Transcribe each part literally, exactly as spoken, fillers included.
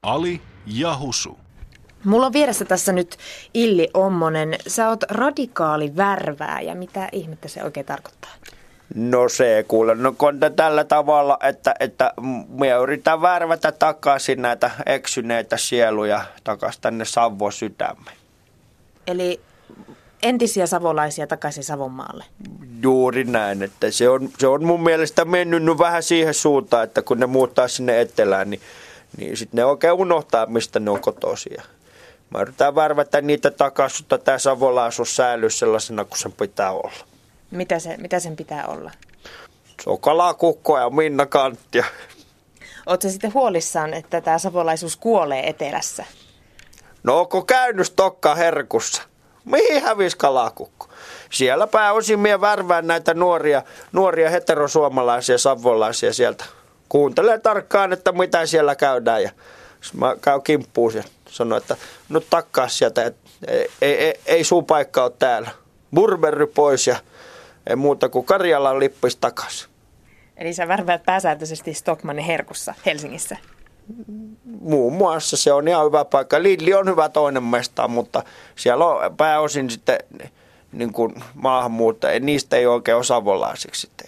Ali ja Husu. Mulla on vieressä tässä nyt Illi Ommonen. Sä oot radikaali värvääjä. Mitä ihmettä se oikein tarkoittaa? No se kuule, no kun tällä tavalla, että, että minä yritän värvätä takaisin näitä eksyneitä sieluja takaisin tänne Savon sydämeen. Eli entisiä savolaisia takaisin Savonmaalle? Juuri näin, että se on, se on mun mielestä mennyt nyt vähän siihen suuntaan, että kun ne muuttaa sinne etelään, niin, niin sitten ne oikein unohtaa, mistä ne on kotoisia. Mä yritän värvätä niitä takaisin, että tämä savolaisuus säilyy sellaisena kuin sen pitää olla. Mitä, se, mitä sen pitää olla? Se on kalakukkoa ja Minna Kanttia. Ootko sitten huolissaan, että tämä savolaisuus kuolee etelässä? No onko käynyt Stokka herkussa? Mihin hävisi kalakukko? Siellä pääosin minä värvään näitä nuoria, nuoria heterosuomalaisia savolaisia sieltä. Kuuntelen tarkkaan, että mitä siellä käydään ja mä käyn kimppuun ja sanon, että nyt takkaa sieltä, että ei, ei, ei, ei sun paikka ole täällä. Burberry pois ja ei muuta kuin Karjalan lippis takaisin. Eli sä värväät pääsääntöisesti Stockmannin herkussa Helsingissä? Muun muassa se on ihan hyvä paikka. Lidli on hyvä toinen mesta, mutta siellä on pääosin sitten niin kuin maahanmuuttajia. Niistä ei oikein ole savolaisiksi sitten.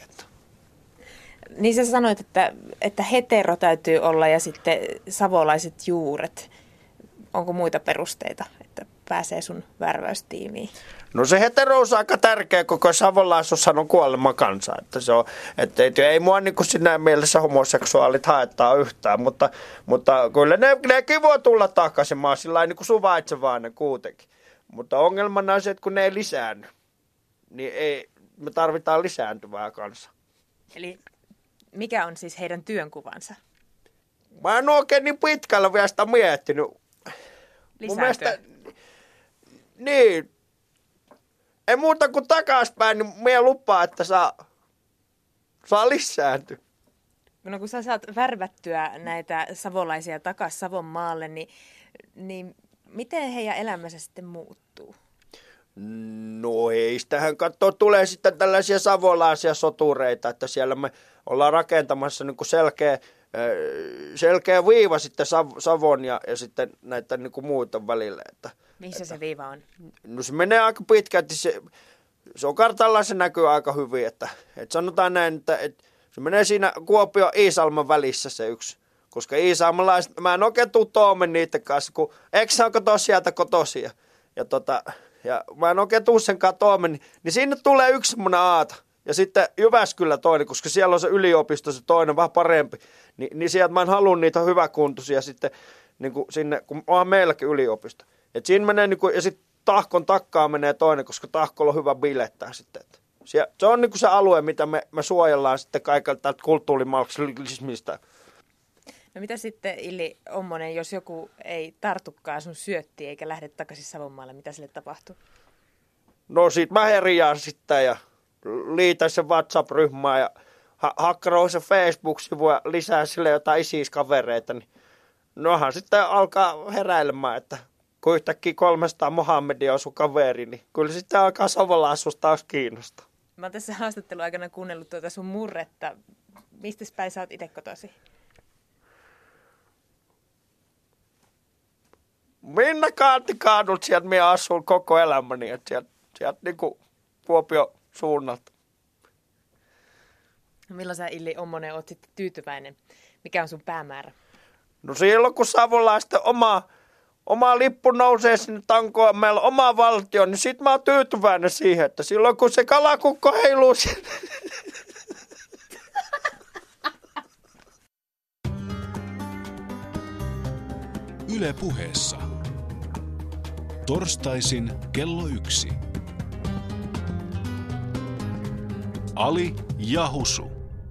Niin sä sanoit, että, että hetero täytyy olla ja sitten savolaiset juuret. Onko muita perusteita, että pääsee sun värväystiimiin? No se hetero on aika tärkeä, koko savolaisuushan on kuolema kansa. Että se on, että ei, ei mua niin kuin sinä mielessä homoseksuaalit haettaa yhtään, mutta, mutta kyllä ne, nekin voi tulla takaisin. Mä oon sillä lailla niin kuin suvaitsevainen kuitenkin. Mutta ongelmana on se, että kun ne ei lisäänny, niin ei, me tarvitaan lisääntyvää kansaa. Eli mikä on siis heidän työnkuvansa? Mä en oikein niin pitkällä vielä sitä miettinyt. Lisääntyä? Mielestä, niin. Ei muuta kuin takaspäin, niin minä lupaan, että saa, saa lisääntyä. No kun sä saat värvättyä näitä savolaisia takaisin Savonmaalle, niin, niin miten heidän elämänsä sitten muuttuu? No ei, sitähän katsoo, tulee sitten tällaisia savolaisia sotureita, että siellä me ollaan rakentamassa niin kuin selkeä, selkeä viiva sitten Savon ja, ja sitten näitä niin kuin muita välillä. Että, missä että, se viiva on? No se menee aika pitkälti, se, se on kartalla, se näkyy aika hyvin, että, että sanotaan näin, että, että se menee siinä Kuopio Iisalmen välissä se yksi. Koska iisalmelaiset, mä en oikein tuu toimen niiden kanssa, kun eikö se onko tosiaan kotosia. Ja, tota, ja mä en oikein tuu senkaan toimen, niin, niin sinne tulee yksi semmoinen aata. Ja sitten Jyväskylä toinen, koska siellä on se yliopisto, se toinen vähän parempi. Ni, niin sieltä mä en halua niitä hyväkuntoisia sitten niin kuin sinne, kun onhan meilläkin yliopisto. Et siinä menee, niin kuin, ja sitten Tahkon takkaa menee toinen, koska Tahkolla on hyvä bilettää sitten. Et siellä, se on niin kuin se alue, mitä me, me suojellaan sitten kaikilta kulttuurimarksismista. No mitä sitten, Illi Ommonen, jos joku ei tartukaan sun syöttiin eikä lähde takaisin Savonmaalle, mitä sille tapahtuu? No sit mä herjaan sitten ja liitän sen WhatsApp-ryhmään ja ha- hakkeroin sen Facebook-sivu ja lisää sille jotain isiskavereita, niin nohan sitten alkaa heräilemään, että kun yhtäkkiä kolmesataa Mohammedia on sun kaveri, niin kyllä sitten alkaa savolaisuus taas kiinnostaa. Mä oon tässä haastattelun aikana kuunnellut tuota sun murretta. Mistä päin sä oot itse kotosi? Minna Kaantti kaadut, sieltä minä asun koko elämäni, että sieltä, sieltä niin kuin Kuopio suunnalta. No milloin sä, Illi Ommonen, oot sitten tyytyväinen? Mikä on sun päämäärä? No silloin, kun savolaisten oma, oma lippu nousee sinne tankoon, meillä on oma valtio, niin sit mä oon tyytyväinen siihen, että silloin kun se kalakukko heiluu sinne. Yle Puheessa. Torstaisin kello yksi. Ali ja Husu.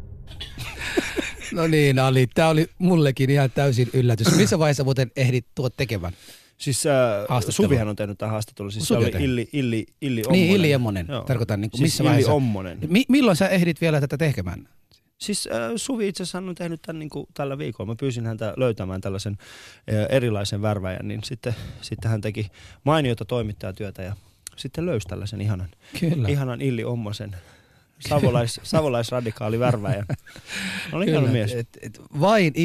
No niin, Ali. Tämä oli mullekin ihan täysin yllätys. Missä vaiheessa muuten ehdit tuot tekemään? Siis äh, Suvihan on tehnyt tämän haastattelun. Siis se oli Illi, Illi, Illi Ommonen. Niin, Illi Ommonen. Tarkoitan, niin kuin, siis missä Illi vaiheessa? Ommonen. Mi- milloin sä ehdit vielä tätä tekemään? Siis äh, Suvi itse asiassa on tehnyt tämän niin kuin tällä viikolla. Mä pyysin häntä löytämään tällaisen äh, erilaisen värväjän, niin sitten, sitten hän teki mainiota toimittajatyötä ja sitten löysi tällaisen ihanan, ihanan Illi Ommosen. Savolais, savolaisradikaali värväjä. On ihana mies. Et, et, vain Illi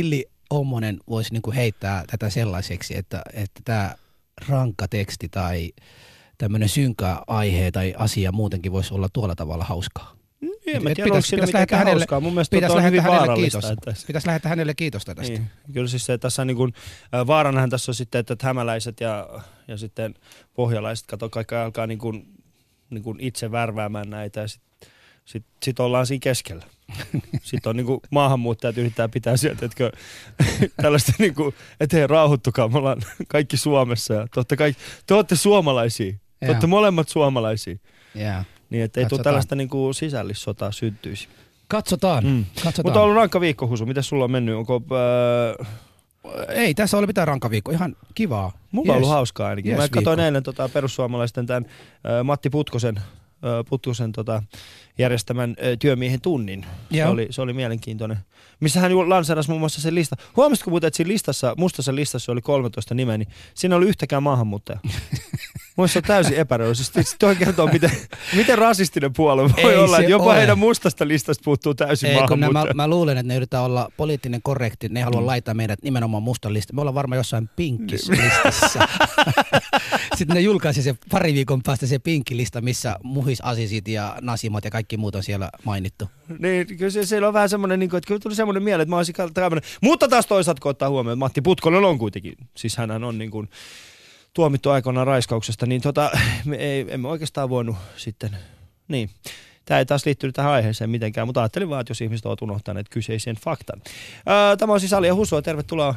Ommonen voisi niinku heittää tätä sellaiseksi, että, että tämä rankka teksti tai tämmöinen synkkä aihe tai asia muutenkin voisi olla tuolla tavalla hauskaa? En mä tiedä, onko siinä mitenkään hauskaa. Mun mielestä pitäisi on hyvin vaarallista. Kiitos. Pitäisi lähettää hänelle kiitosta tästä. Niin. Kyllä siis se, tässä on niin kuin, vaaranahan tässä on sitten, että hämäläiset ja, ja sitten pohjalaiset, kato, kaikki alkaa niin kuin, niin kuin itse värväämään näitä ja sitten sit, sit ollaan siinä keskellä. Sitten on niin kuin maahanmuuttajat yrittää pitää sieltä, etkö tällaista niin kuin, et hei rauhoittukaa, me ollaan kaikki Suomessa ja te, kaikki, te olette suomalaisia, te olette molemmat suomalaisia. Yeah. Niin, ettei tule tällaista niin kuin sisällissotaa syntyisi. Katsotaan. Mm. Katsotaan. Mutta on ollut rankka viikko, Husu. Miten sulla on mennyt? Onko... Äh... Ei, tässä ole mitään rankka viikko. Ihan kivaa. Mulla yes. on ollut hauskaa ainakin. Yes, Mä katsoin viikko. eilen tota, perussuomalaisten tämän äh, Matti Putkosen, äh, Putkosen tota, järjestämän äh, työmiehen tunnin. Se oli, se oli mielenkiintoinen. Missä hän lanseerasi muun muassa sen lista. Huomasitko muuten, että siinä listassa, mustassa listassa oli kolmetoista nimeä, niin siinä oli yhtäkään maahanmuuttaja. Mielestäni se on täysin epärealistista. Sitten toi kertoo, miten, miten rasistinen puolue voi Ei olla, että jopa ole. heidän mustasta listasta puuttuu täysin Ei, maahanmuuttaja. Mä, mä luulen, että ne yritetään olla poliittinen korrekti, ne ei halua mm. laittaa meidät nimenomaan mustan listaan. Me ollaan varmaan jossain pinkkis-listassa. Sitten ne julkaisi se pari viikon päästä se pinkkilista, missä muhis asisit ja nasimat ja kaikki muut on siellä mainittu. Niin, kyllä se, siellä on vähän semmoinen, että kyllä tuli semmoinen mieleen, että mä olisin tämmöinen. Mutta taas toisaalta, kun ottaa huomioon, että Matti Putkonen on kuitenkin, siis hänhän on niin kuin tuomittu aikoinaan raiskauksesta, niin tota, me ei, emme oikeastaan voinut sitten, niin. Tämä ei taas liittynyt tähän aiheeseen mitenkään, mutta ajattelin vaan, että jos ihmiset ovat unohtaneet kyseisen faktan. Ää, tämä on siis Ali ja Husua, tervetuloa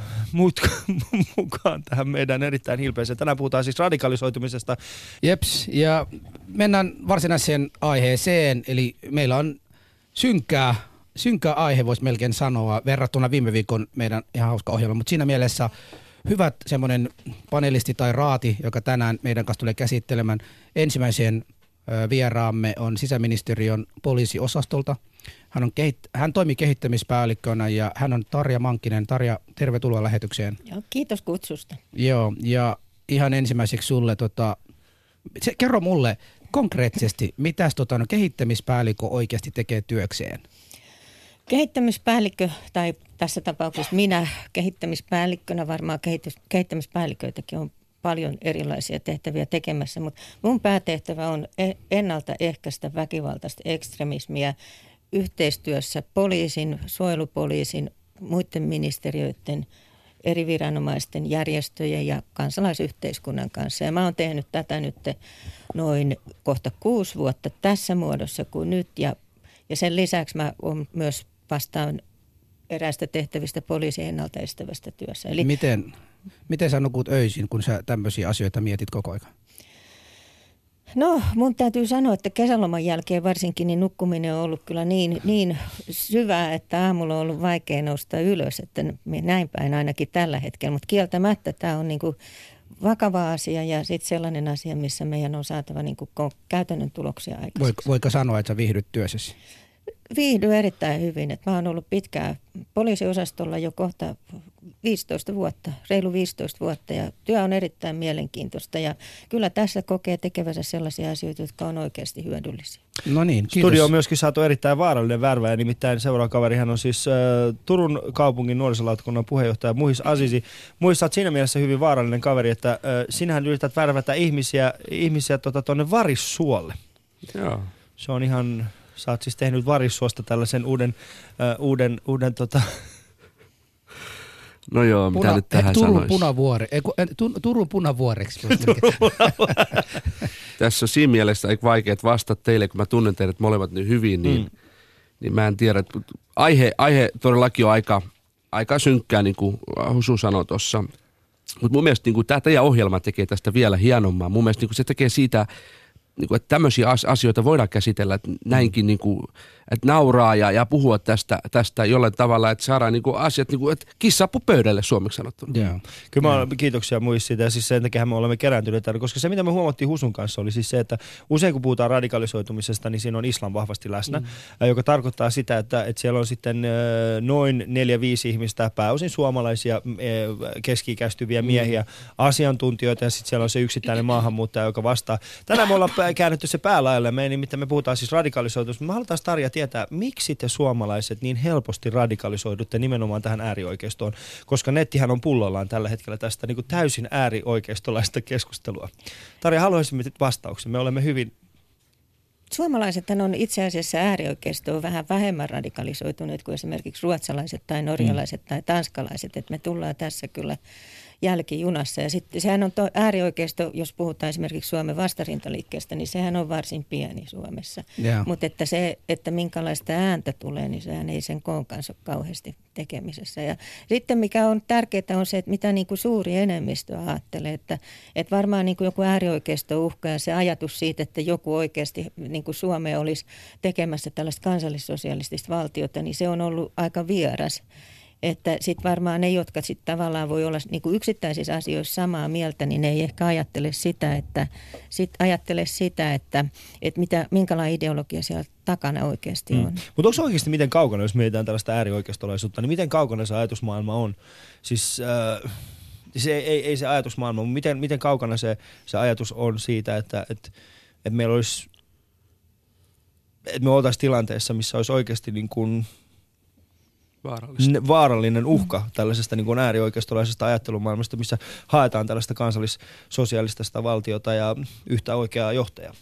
mukaan tähän meidän erittäin hilpeeseen. Tänään puhutaan siis radikalisoitumisesta. Jeps, ja mennään varsinaiseen aiheeseen, eli meillä on synkkää, synkkää aihe, voisi melkein sanoa, verrattuna viime viikon meidän ihan hauska ohjelma, mutta siinä mielessä hyvät semmoinen panelisti tai raati, joka tänään meidän kanssa tulee käsittelemään ensimmäisen vieraamme on sisäministeriön poliisiosastolta. Hän, on kehit- hän toimii kehittämispäällikkönä ja hän on Tarja Mankkinen. Tarja, tervetuloa lähetykseen. Joo, kiitos kutsusta. Joo, ja ihan ensimmäiseksi sulle, tota, se, kerro mulle konkreettisesti, mitä tota, no, kehittämispäällikkö oikeasti tekee työkseen? Kehittämispäällikkö, tai tässä tapauksessa minä kehittämispäällikkönä, varmaan kehitys, kehittämispäälliköitäkin on paljon erilaisia tehtäviä tekemässä, mutta mun päätehtävä on ennaltaehkäistä väkivaltaista ekstremismiä yhteistyössä poliisin, suojelupoliisin, muiden ministeriöiden, eri viranomaisten, järjestöjen ja kansalaisyhteiskunnan kanssa. Ja mä oon tehnyt tätä nyt noin kohta kuusi vuotta tässä muodossa kuin nyt, ja, ja sen lisäksi mä oon myös vastaan eräistä tehtävistä poliisin ennaltaestävästä työssä. Eli Miten? Miten sä nukut öisin, kun sä tämmöisiä asioita mietit koko ajan? No, mun täytyy sanoa, että kesäloman jälkeen varsinkin niin nukkuminen on ollut kyllä niin, niin syvää, että aamulla on ollut vaikea nousta ylös, että näin päin ainakin tällä hetkellä. Mutta kieltämättä tämä on niinku vakava asia ja sitten sellainen asia, missä meidän on saatava niinku käytännön tuloksia aikaiseksi. Voiko sanoa, että sä viihdyt työssäsi? Viihdyn erittäin hyvin. Että mä oon ollut pitkään poliisiosastolla jo kohta viisitoista vuotta, reilu viisitoista vuotta ja työ on erittäin mielenkiintoista ja kyllä tässä kokee tekevänsä sellaisia asioita, jotka on oikeasti hyödyllisiä. No niin, kiitos. Studio on myöskin saatu erittäin vaarallinen värväjä, nimittäin seuraava kaverihan on siis äh, Turun kaupungin nuorisolautakunnan puheenjohtaja Muhis Azizi. Muhis, sä oot siinä mielessä hyvin vaarallinen kaveri, että äh, sinähän yrität värvätä ihmisiä, ihmisiä tuonne tota, Varissuolle. Joo. Se on ihan... Sä oot siis tehnyt Varissuosta tällaisen uuden, uh, uuden, uuden tota... No joo, mitä Puna, nyt tähän Turun sanoisi? Punavuore, ei, tu, Turun Punavuoreksi. Turun Punavuoreksi. Tässä on siinä mielessä aika vaikea vastata teille, kun mä tunnen teidät molemmat niin hyvin, niin, mm. niin mä en tiedä. Että aihe, aihe todellakin on aika, aika synkkää, niin kuin Husu sanoi tuossa. Mutta mun mielestä niin tämä teidän ohjelma tekee tästä vielä hienommaa. Mun mielestä niin se tekee siitä... Niin kuin, että tämmöisiä asioita voidaan käsitellä, että näinkin niin kuin, että nauraa ja, ja puhua tästä, tästä jollain tavalla, että saadaan niin kuin asiat, niin kuin, että kissappu pöydälle suomeksi sanottuna. Yeah. Kyllä mä olen, kiitoksia muista siitä ja siis sen takia me olemme kerääntyneet täällä, koska se mitä me huomattiin Husun kanssa oli siis se, että usein kun puhutaan radikalisoitumisesta, niin siinä on islam vahvasti läsnä, mm. joka tarkoittaa sitä, että, että siellä on sitten noin neljä viisi ihmistä, pääosin suomalaisia keski-ikäistyviä miehiä, mm. asiantuntijoita ja sitten siellä on se yksittäinen maahanmuuttaja, joka vastaa. Tänään me ollaan käännetty se päälaille. Me nimittäin me puhutaan siis radikalisoitumisesta. Me halutaan Tarja tietää, miksi te suomalaiset niin helposti radikalisoidutte nimenomaan tähän äärioikeistoon, koska nettihän on pullollaan tällä hetkellä tästä niin kuin täysin äärioikeistolaista keskustelua. Tarja, haluaisimme vastauksen. Me olemme hyvin... Suomalaisethan on itse asiassa äärioikeistoon vähän vähemmän radikalisoituneet kuin esimerkiksi ruotsalaiset tai norjalaiset mm. tai tanskalaiset, että me tullaan tässä kyllä jälkijunassa. Ja sitten sehän on to, äärioikeisto, jos puhutaan esimerkiksi Suomen vastarintaliikkeestä, niin sehän on varsin pieni Suomessa. Yeah. Mutta että se, että minkälaista ääntä tulee, niin sehän ei sen koon kanssa ole kauheasti tekemisessä. Ja sitten mikä on tärkeää on se, että mitä niin kuin suuri enemmistö ajattelee, että, että varmaan niin kuin joku äärioikeisto uhka ja se ajatus siitä, että joku oikeasti niin kuin Suomea olisi tekemässä tällaista kansallissosialistista valtiota, niin se on ollut aika vieras. Että sitten varmaan ne, jotka sitten tavallaan voi olla niin kuin yksittäisissä asioissa samaa mieltä, niin ne ei ehkä ajattele sitä, että, sit ajattele sitä, että, että mitä, minkälainen ideologia siellä takana oikeasti on. Mm. Mutta onko oikeasti miten kaukana, jos mietitään tällaista äärioikeistolaisuutta, niin miten kaukana se ajatusmaailma on? Siis äh, se ei, ei se ajatusmaailma, mutta miten, miten kaukana se, se ajatus on siitä, että, että, että meillä olisi, että me oltaisiin tilanteessa, missä olisi oikeasti niin kuin vaarallinen uhka tällaisesta niin kuin äärioikeistolaisesta ajattelumaailmasta, missä haetaan tällaista kansallissosialistista valtiota ja yhtä oikeaa johtajaa.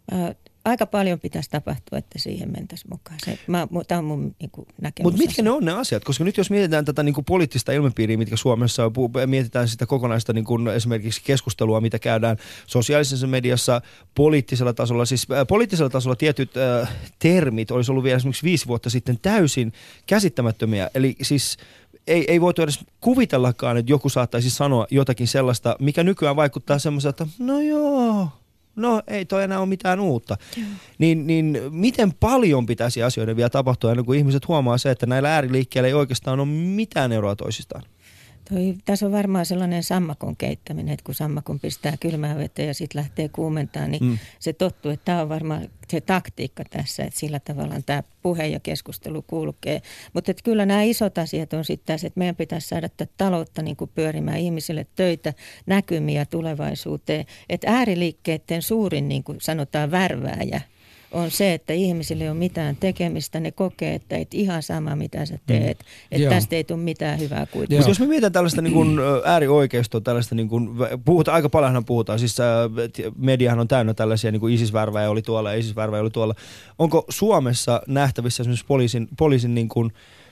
Aika paljon pitäisi tapahtua, että siihen mentäisiin mukaan. Se, mä, tämä on mun niin kuin näkemys. Mutta mitkä ne on ne asiat? Koska nyt jos mietitään tätä niin kuin poliittista ilmapiiriä, mitkä Suomessa on, mietitään sitä kokonaista niin kuin esimerkiksi keskustelua, mitä käydään sosiaalisessa mediassa, poliittisella tasolla. Siis äh, poliittisella tasolla tietyt äh, termit olisi ollut vielä esimerkiksi viisi vuotta sitten täysin käsittämättömiä. Eli siis ei, ei voitu edes kuvitellakaan, että joku saattaisi sanoa jotakin sellaista, mikä nykyään vaikuttaa semmoiselta, että no joo, no ei toi enää ole mitään uutta. Niin, niin miten paljon pitäisi asioiden vielä tapahtua ennen kuin ihmiset huomaa se, että näillä ääriliikkeillä ei oikeastaan ole mitään eroa toisistaan? Toi, tässä on varmaan sellainen sammakon keittäminen, että kun sammakon pistää kylmää vettä ja sitten lähtee kuumentamaan, niin mm. se tottuu, että tämä on varmaan se taktiikka tässä, että sillä tavalla tämä puhe ja keskustelu kulkee. Mutta kyllä nämä isot asiat on sitten tässä, että meidän pitäisi saada tätä taloutta niin kuin pyörimään, ihmisille töitä, näkymiä tulevaisuuteen. Että ääriliikkeiden suurin, niin kuin sanotaan, värvääjä on se, että ihmisille ei ole mitään tekemistä, ne kokee, että et ihan sama mitä sä teet, mm. että tästä ei tule mitään hyvää kuitenkin. Mutta jos me mietitään tällaista niin kuin äärioikeistoa, tällaista niin kuin, puhutaan, aika paljonhan puhutaan, siis mediahan on täynnä tällaisia, niin kuin ISIS-värväjä oli tuolla ja ISIS-värväjä oli tuolla. Onko Suomessa nähtävissä esimerkiksi poliisin, poliisin niin kuin,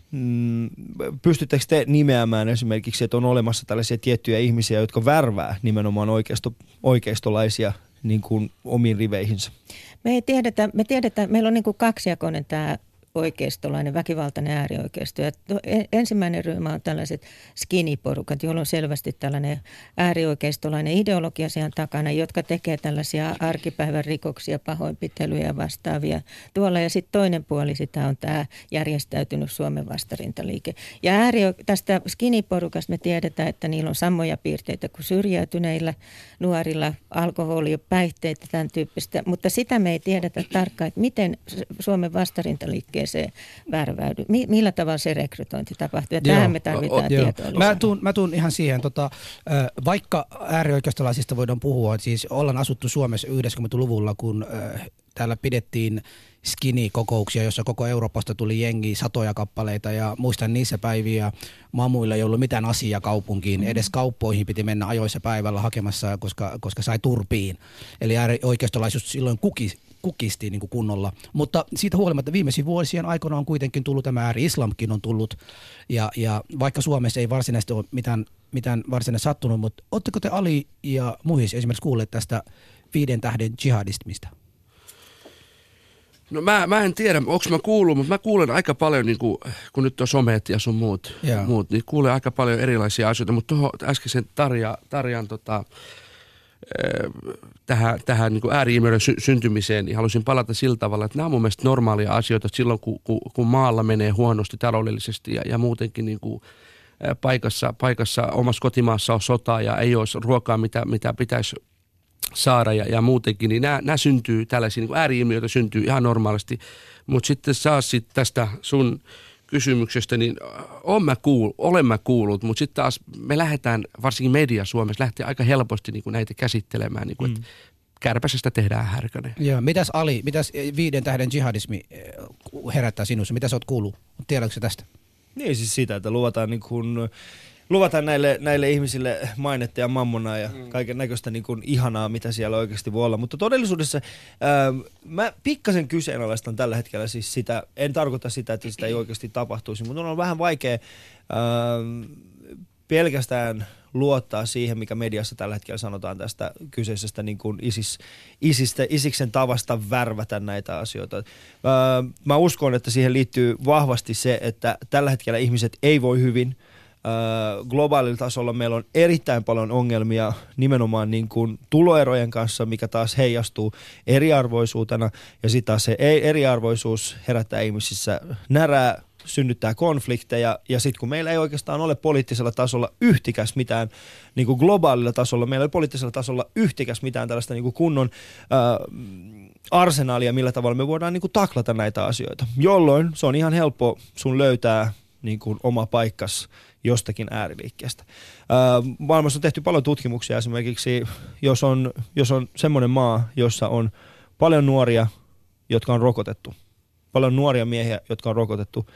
mm, pystyttekö te nimeämään esimerkiksi, että on olemassa tällaisia tiettyjä ihmisiä, jotka värvää nimenomaan oikeisto, oikeistolaisia niin kuin omiin riveihinsä? Me ei tiedetä, me tiedetään, meillä on niin kuin kaksijakoinen tämä oikeistolainen, väkivaltainen äärioikeisto. Ja ensimmäinen ryhmä on tällaiset skinny-porukat, joilla on selvästi tällainen äärioikeistolainen ideologia siellä takana, jotka tekee tällaisia arkipäivän rikoksia, pahoinpitelyjä ja vastaavia tuolla. Ja sitten toinen puoli sitä on tämä järjestäytynyt Suomen vastarintaliike. Ja äärio, tästä skinny-porukasta me tiedetään, että niillä on samoja piirteitä kuin syrjäytyneillä nuorilla, alkoholia, päihteitä, tämän tyyppistä. Mutta sitä me ei tiedetä tarkkaan, että miten Suomen vastarintaliikkeen se värväydy. Millä tavalla se rekrytointi tapahtuu? Ja tähän me tarvitaan tietoa lisää. Mä tuun, mä tuun ihan siihen, tota, vaikka äärioikeistolaisista voidaan puhua, siis ollaan asuttu Suomessa yhdeksänkymmentäluvulla, kun täällä pidettiin skinny-kokouksia, jossa koko Euroopasta tuli jengi satoja kappaleita ja muistan niissä päiviä mamuilla ei ollut mitään asiaa kaupunkiin. Mm. Edes kauppoihin piti mennä ajoissa päivällä hakemassa, koska, koska sai turpiin. Eli äärioikeistolaisuus silloin kuki, kukisti niin kuin kunnolla. Mutta siitä huolimatta viimeisen vuosien aikana on kuitenkin tullut tämä ääri-islamkin on tullut. Ja, ja vaikka Suomessa ei varsinaisesti ole mitään, mitään varsinaisesti sattunut, mutta ootteko te Ali ja Muhis esimerkiksi kuulleet tästä viiden tähden jihadismista? No mä, mä en tiedä, onko mä kuullut, mutta mä kuulen aika paljon, niin kuin, kun nyt on somet ja sun muut, muut niin kuulen aika paljon erilaisia asioita, mutta tuohon äskeisen Tarja, Tarjan tota, tähän, tähän niin kuin ääri-ilmiöiden sy- syntymiseen, niin haluaisin palata sillä tavalla, että nämä on mun mielestä normaalia asioita, että silloin kun, kun, kun maalla menee huonosti taloudellisesti ja, ja muutenkin niin kuin paikassa, paikassa omassa kotimaassa on sota ja ei olisi ruokaa, mitä, mitä pitäisi saada ja, ja muutenkin, niin nämä, nämä syntyy, tällaisia niin kuin ääri-ilmiöitä syntyy ihan normaalisti. Mutta sitten saa sit tästä sun kysymyksestä, niin olen mä, kuul, olen mä kuullut, mutta sitten taas me lähdetään, varsinkin media Suomessa, lähtee aika helposti niin kuin näitä käsittelemään, niin kuin, mm. että kärpäsestä tehdään härkänen. Joo, mitäs Ali, mitäs viiden tähden jihadismi herättää sinussa? Mitä sä oot kuullut? Tiedätkö tästä? Niin siis sitä, että luvataan niin kuin, luvataan näille, näille ihmisille mainetta ja mammonaa ja mm. kaiken näköistä niin kuin ihanaa, mitä siellä oikeasti voi olla. Mutta todellisuudessa ää, mä pikkasen kyseenalaistan tällä hetkellä siis sitä, en tarkoita sitä, että sitä ei oikeasti tapahtuisi, mutta on vähän vaikea ää, pelkästään luottaa siihen, mikä mediassa tällä hetkellä sanotaan tästä kyseisestä niin kuin ISIS, ISISistä, ISIKsen tavasta värvätä näitä asioita. Ää, mä uskon, että siihen liittyy vahvasti se, että tällä hetkellä ihmiset ei voi hyvin. Ää, globaalilla tasolla meillä on erittäin paljon ongelmia nimenomaan niin kuin tuloerojen kanssa, mikä taas heijastuu eriarvoisuutena. Ja sitten taas se eriarvoisuus herättää ihmisissä närää, synnyttää konflikteja, ja sitten kun meillä ei oikeastaan ole poliittisella tasolla yhtikäs mitään, niin kuin globaalilla tasolla, meillä ei ole poliittisella tasolla yhtikäs mitään tällaista niin kuin kunnon äh, arsenaalia, millä tavalla me voidaan niin kuin taklata näitä asioita, jolloin se on ihan helppo sun löytää niin kuin oma paikkas jostakin ääriliikkeestä. Äh, maailmassa on tehty paljon tutkimuksia esimerkiksi, jos on, jos on semmoinen maa, jossa on paljon nuoria, jotka on rokotettu, paljon nuoria miehiä, jotka on rokotettu,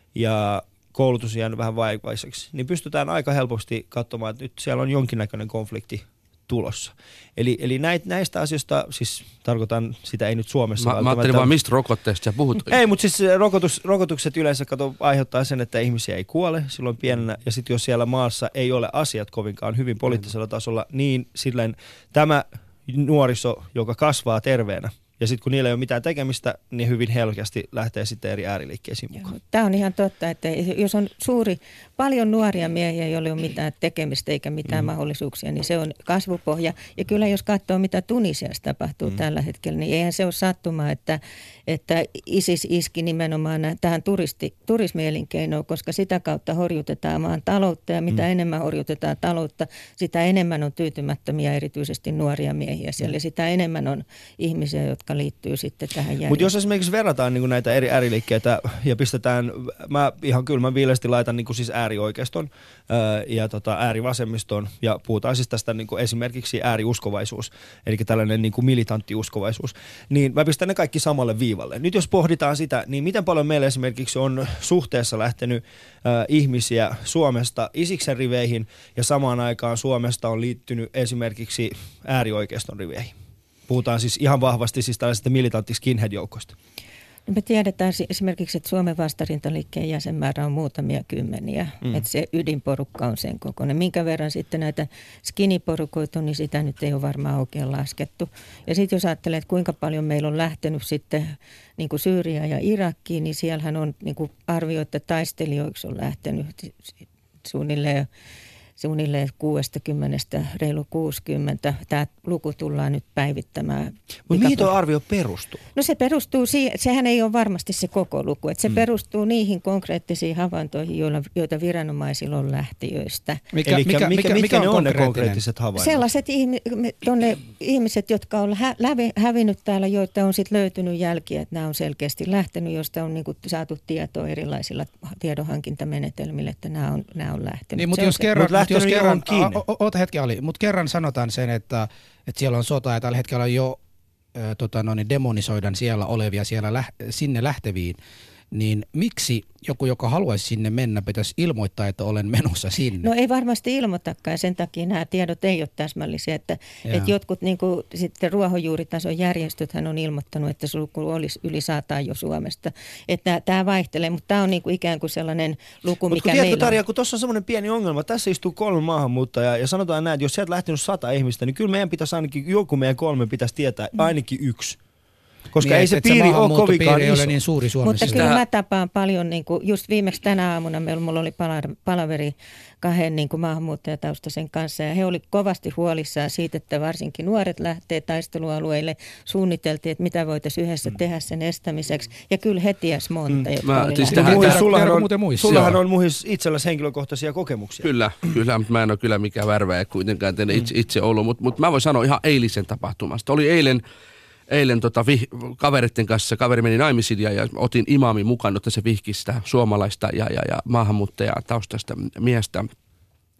ja koulutus on jäänyt vähän vaivaiseksi, niin pystytään aika helposti katsomaan, että nyt siellä on jonkinnäköinen konflikti tulossa. Eli, eli näistä asioista, siis tarkoitan, sitä ei nyt Suomessa. Mä, mä ajattelin vaan, mistä rokotteesta sä puhut. Ei, mutta siis rokotus, rokotukset yleensä kato, aiheuttaa sen, että ihmisiä ei kuole silloin pienenä, ja sitten jos siellä maassa ei ole asiat kovinkaan hyvin poliittisella tasolla, niin silleen tämä nuoriso, joka kasvaa terveenä, ja sitten kun niillä ei ole mitään tekemistä, niin hyvin helkästi lähtee sitten eri ääriliikkeisiin mukaan. Tämä on ihan totta, että jos on suuri, paljon nuoria miehiä, joilla ei ole mitään tekemistä eikä mitään mm. mahdollisuuksia, niin se on kasvupohja. Ja kyllä jos katsoo, mitä Tunisiassa tapahtuu mm. tällä hetkellä, niin eihän se ole sattumaa, että, että ISIS iski nimenomaan tähän turisti, turismielinkeinoon, koska sitä kautta horjutetaan maan taloutta, ja mitä mm. enemmän horjutetaan taloutta, sitä enemmän on tyytymättömiä, erityisesti nuoria miehiä siellä, ja sitä enemmän on ihmisiä, jotka liittyy sitten tähän järjestelmään. Mutta jos esimerkiksi verrataan niin näitä eri ääriliikkeitä ja pistetään, mä ihan kylmän viileästi laitan niin siis äärioikeiston ää, ja tota, äärivasemmiston, ja puhutaan siis tästä niin esimerkiksi ääriuskovaisuus, eli tällainen niin militanttiuskovaisuus, niin mä pistän ne kaikki samalle viivalle. Nyt jos pohditaan sitä, niin miten paljon meillä esimerkiksi on suhteessa lähtenyt ää, ihmisiä Suomesta Isiksen riveihin, ja samaan aikaan Suomesta on liittynyt esimerkiksi äärioikeiston riveihin. Puhutaan siis ihan vahvasti siis tällaisista militantti skinhead-joukoista. Me tiedetään esimerkiksi, että Suomen vastarintaliikkeen jäsenmäärä on muutamia kymmeniä. Mm. Että se ydinporukka on sen kokoinen. Minkä verran sitten näitä skiniporukoita on, niin sitä nyt ei ole varmaan oikein laskettu. Ja sitten jos ajattelee, että kuinka paljon meillä on lähtenyt sitten niin kuin Syyriaan ja Irakkiin, niin siellähän on niin kuin arvio, että taistelijoiksi on lähtenyt suunnilleen suunnilleen kuusikymmentä, reilu kuusikymmentä. Tämä luku tullaan nyt päivittämään. Mutta mihin tuo arvio perustuu? No se perustuu siihen, sehän ei ole varmasti se koko luku, että se mm. perustuu niihin konkreettisiin havaintoihin, joilla, joita viranomaisilla on lähtiöistä. Mikä, Eli mikä, mikä, mikä, mikä, mikä ne on ne konkreettiset havainnot? Sellaiset ihmi, tonne, ihmiset, jotka on hä, lävi, hävinnyt täällä, joita on sitten löytynyt jälkiä, että nämä on selkeästi lähtenyt, josta on niinku saatu tietoa erilaisilla tiedonhankintamenetelmillä, että nämä on, nämä on lähtenyt. Niin, mutta jos kerran, mut jos kerran oota hetki Ali, mutta kerran sanotaan sen, että, että siellä on sota ja tällä hetkellä jo ä, tota, no, niin demonisoidaan siellä olevia siellä lä, sinne lähteviin, niin miksi joku, joka haluaisi sinne mennä, pitäisi ilmoittaa, että olen menossa sinne? No ei varmasti ilmoitakaan, ja sen takia nämä tiedot ei ole täsmällisiä, että, että jotkut niin kuin, sitten ruohonjuuritason järjestöthän on ilmoittanut, että luku olisi yli sataan jo Suomesta. Että tämä vaihtelee, mutta tämä on niin kuin ikään kuin sellainen luku, Mut mikä kun tiedätkö, meillä Tarja, kun tuossa on semmoinen pieni ongelma, tässä istuu kolme maahanmuuttajaa, ja sanotaan näin, että jos sieltä lähtenyt sata ihmistä, niin kyllä meidän pitäisi ainakin, joku meidän kolme pitäisi tietää, ainakin yksi. Koska niin, ei se piiri ole kovinkaan iso. Niin suuri Suomessa. Mutta kyllä mä tapaan paljon, niin kuin just viimeksi tänä aamuna meillä, mulla oli palaveri kahden niin kuin maahanmuuttajataustaisen kanssa, ja he oli kovasti huolissaan siitä, että varsinkin nuoret lähtee taistelualueille. Suunniteltiin, että mitä voitaisiin yhdessä mm. tehdä sen estämiseksi, ja kyllä he ties monta, mm. jotka mä, oli siis lähtenyt. Sullahan on, sullahan on muhis itselläsi henkilökohtaisia kokemuksia. Kyllä, kyllä, mutta mä en ole kyllä mikään värväjä kuitenkaan mm. itse, itse ollut, mutta mut mä voin sanoa ihan eilisen tapahtumasta. Oli eilen Eilen tota, vih, kaveritten kanssa, kaveri meni naimisiin ja, ja otin imaamin mukaan, että se vihki sitä suomalaista ja, ja, ja maahanmuuttajaa taustasta miestä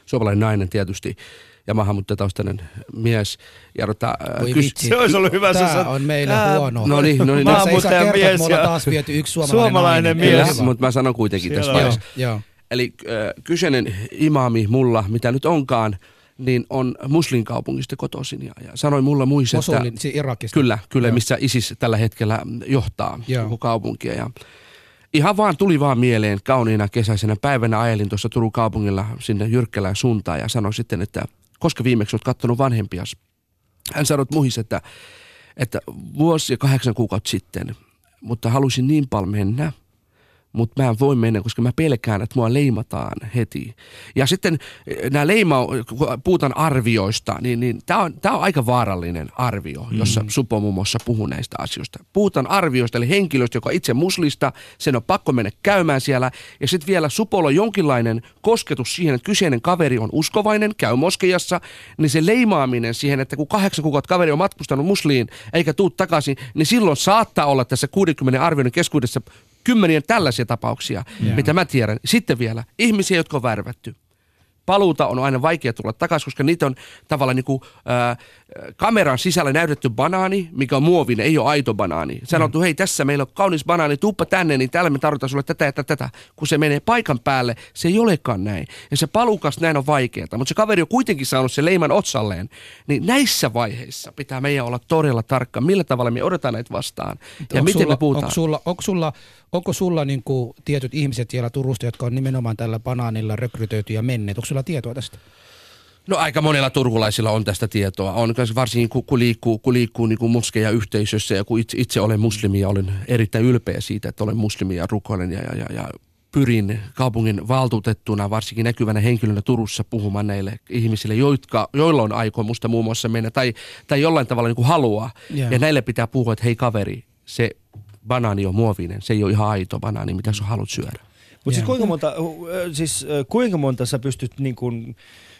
suomalainen nainen tietysti ja maahanmuuttajataustainen mies. Ja tota, Voi kys- vitsi. Se olisi ollut hyvä. Tää se on meille Tää- huono. No niin, no niin. Tässä ei saa Maahanmuuttajan kertoa, että mies me ollaan ja taas viety yksi suomalainen, suomalainen nainen. mies. Hyvä. Mutta mä sanon kuitenkin tässä Siellä on. vaiheessa. Joo. Eli äh, kyseinen imaami mulla, mitä nyt onkaan, niin on muslinkaupungista kotoisin ja, ja sanoi mulla muissa, että Mosulin, siis Irakista. kyllä, kyllä Joo. missä ISIS tällä hetkellä johtaa Joo. koko kaupunkia. Ja ihan vaan tuli vaan mieleen kauniina kesäisenä päivänä ajelin tuossa Turun kaupungilla sinne Jyrkkälään suuntaan ja sanoi sitten, että koska viimeksi olet katsonut vanhempias. Hän sanoi muhis, että, että vuosi ja kahdeksan kuukautta sitten, mutta halusin niin paljon mennä. Mutta mä en voi mennä, koska mä pelkään, että mua leimataan heti. Ja sitten nämä leima, kun puhutaan arvioista, niin, niin tämä on, tää on aika vaarallinen arvio, jossa mm. Supo muun muassa puhuu näistä asioista. Puhutaan arvioista, eli henkilöstä, joka itse muslista, sen on pakko mennä käymään siellä. Ja sitten vielä Supolla on jonkinlainen kosketus siihen, että kyseinen kaveri on uskovainen, käy moskeijassa, niin se leimaaminen siihen, että kun kahdeksan kuukautta kaveri on matkustanut musliin eikä tuu takaisin, niin silloin saattaa olla tässä kuudenkymmenen arvioinnin keskuudessa kymmenien tällaisia tapauksia, yeah. mitä mä tiedän. Sitten vielä ihmisiä, jotka on värvätty. Paluuta on aina vaikea tulla takaisin, koska niitä on tavallaan niin kuin, äh, kameran sisällä näytetty banaani, mikä on muovinen, ei ole aito banaani. Sanottu, mm. hei tässä meillä on kaunis banaani, tuuppa tänne, niin täällä me tarvitaan sulle tätä ja tätä, tätä. Kun se menee paikan päälle, se ei olekaan näin. Ja se paluukas näin on vaikeaa, mutta se kaveri on kuitenkin saanut sen leiman otsalleen. Niin näissä vaiheissa pitää meidän olla todella tarkka, millä tavalla me odotetaan näitä vastaan. Ja onko miten sulla, me puhutaan. Onko sulla, onko sulla, onko sulla niin kuin tietyt ihmiset siellä Turusta, jotka on nimenomaan tällä banaanilla rekrytoitu ja menneet? Onko sulla tietoa tästä? No aika monilla turkulaisilla on tästä tietoa. On varsinkin kun, kun liikkuu, kun liikkuu niin kuin moskeja yhteisössä ja kun itse, itse olen muslimi ja olen erittäin ylpeä siitä, että olen muslimi ja rukoilen ja, ja, ja, ja pyrin kaupungin valtuutettuna, varsinkin näkyvänä henkilönä Turussa puhumaan näille ihmisille, jotka, joilla on aikomusta muun muassa mennä tai, tai jollain tavalla niin kuin haluaa. Yeah. Ja näille pitää puhua, että hei kaveri, se banaani on muovinen, se ei ole ihan aito banaani, mitä sä haluat syödä. Mutta siis kuinka monta, siis kuinka monta sä pystyt niin kuin,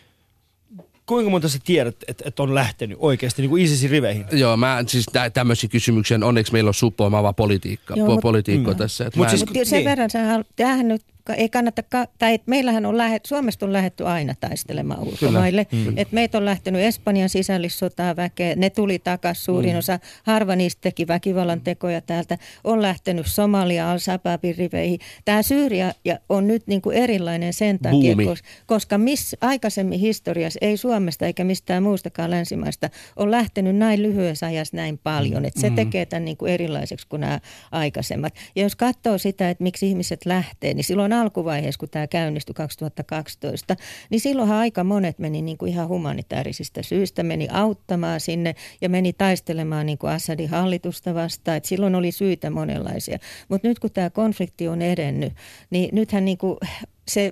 kuinka monta sä tiedät, että et on lähtenyt oikeasti niin kuin ISISin riveihin? Joo, mä siis tä, tämmöisiä kysymyksiä, onneksi meillä on suppoamaava politiikka, Joo, po, mut, politiikko mm. tässä. Mutta mä, siis, sen niin. verran, tämähän nyt ei kannata, tai että meillähän on lähet, Suomesta on lähdetty aina taistelemaan ulkomaille. Mm. Että meitä on lähtenyt Espanjan sisällissotaa väkeä, ne tuli takaisin, suurin mm. osa, harva niistä teki väkivallan tekoja täältä, on lähtenyt Somalia, Al-Shabaabin riveihin. Tämä Syyria on nyt niin kuin erilainen sen takia, koska, koska miss, aikaisemmin historiassa ei Suomesta eikä mistään muustakaan länsimaista on lähtenyt näin lyhyessä ajassa näin paljon, että se mm. tekee tämän niin kuin erilaiseksi kuin nämä aikaisemmat. Ja jos katsoo sitä, että miksi ihmiset lähtee, niin silloin alkuvaiheessa, kun tämä käynnistyi kaksituhattakaksitoista, niin silloinhan aika monet meni niin kuin ihan humanitaarisista syistä, meni auttamaan sinne ja meni taistelemaan niin kuin Assadin hallitusta vastaan. Et silloin oli syitä monenlaisia. Mutta nyt kun tämä konflikti on edennyt, niin nythän niin kuin se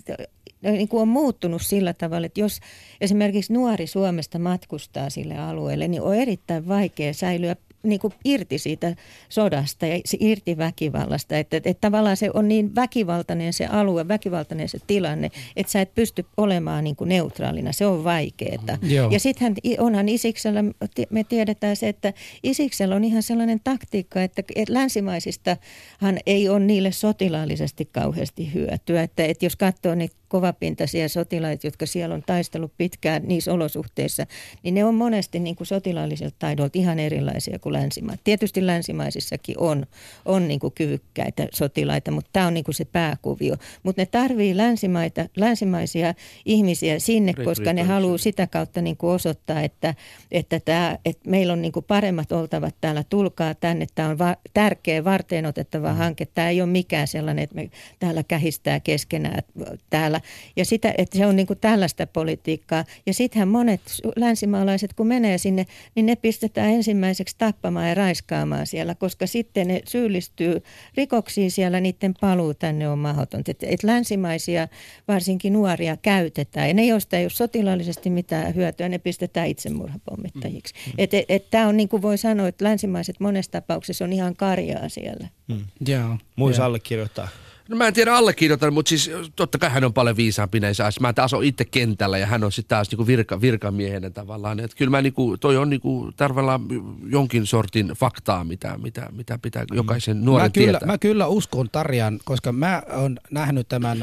niin kuin on muuttunut sillä tavalla, että jos esimerkiksi nuori Suomesta matkustaa sille alueelle, niin on erittäin vaikea säilyä niin kuin irti siitä sodasta ja irti väkivallasta, että, että, että tavallaan se on niin väkivaltainen se alue, väkivaltainen se tilanne, että sä et pysty olemaan niin kuin neutraalina, se on vaikeaa. Joo. Ja sittenhän onhan Isiksellä, me tiedetään se, että Isiksellä on ihan sellainen taktiikka, että, että länsimaisistahan ei ole niille sotilaallisesti kauheasti hyötyä, että, että jos katsoo niitä kovapintaisia sotilaita, jotka siellä on taistellut pitkään niissä olosuhteissa, niin ne on monesti niin kuin sotilaallisilta taidolta ihan erilaisia kuin länsimaat. Tietysti länsimaisissakin on, on niin kuin kyvykkäitä sotilaita, mutta tämä on niin kuin se pääkuvio. Mutta ne tarvii länsimaita, länsimaisia ihmisiä sinne, koska ne haluaa sitä kautta niin kuin osoittaa, että, että, tämä, että meillä on niin kuin paremmat oltavat täällä, tulkaa tänne. Tämä on va- tärkeä varteen otettava hanke. Tämä ei ole mikään sellainen, että me täällä kähistää keskenään täällä. Ja sitä, että se on niin kuin tällaista politiikkaa. Ja sittenhän monet länsimaalaiset, kun menee sinne, niin ne pistetään ensimmäiseksi tappamaan ja raiskaamaan siellä, koska sitten ne syyllistyy rikoksiin siellä, niiden paluu tänne on mahdotonta. Että et länsimaisia, varsinkin nuoria, käytetään. Ja ne, joista ei ole sotilaallisesti mitään hyötyä, ne pistetään itsemurhapommittajiksi. Mm. Että et, et tämä on niin kuin voi sanoa, että länsimaiset monessa tapauksessa on ihan karjaa siellä. Mm. Joo. Muissa allekirjoittaa. No mä en tiedä allekirjoittaa, mutta siis totta kai hän on paljon viisaampi näissä asioissa. Mä taas on itse kentällä ja hän on sitten taas niinku virka, virkamiehenä tavallaan. Et kyllä mä niinku, toi on niinku tarvella jonkin sortin faktaa, mitä, mitä, mitä pitää jokaisen nuoren mä kyllä, tietää. Mä kyllä uskon Tarjan, koska mä oon nähnyt tämän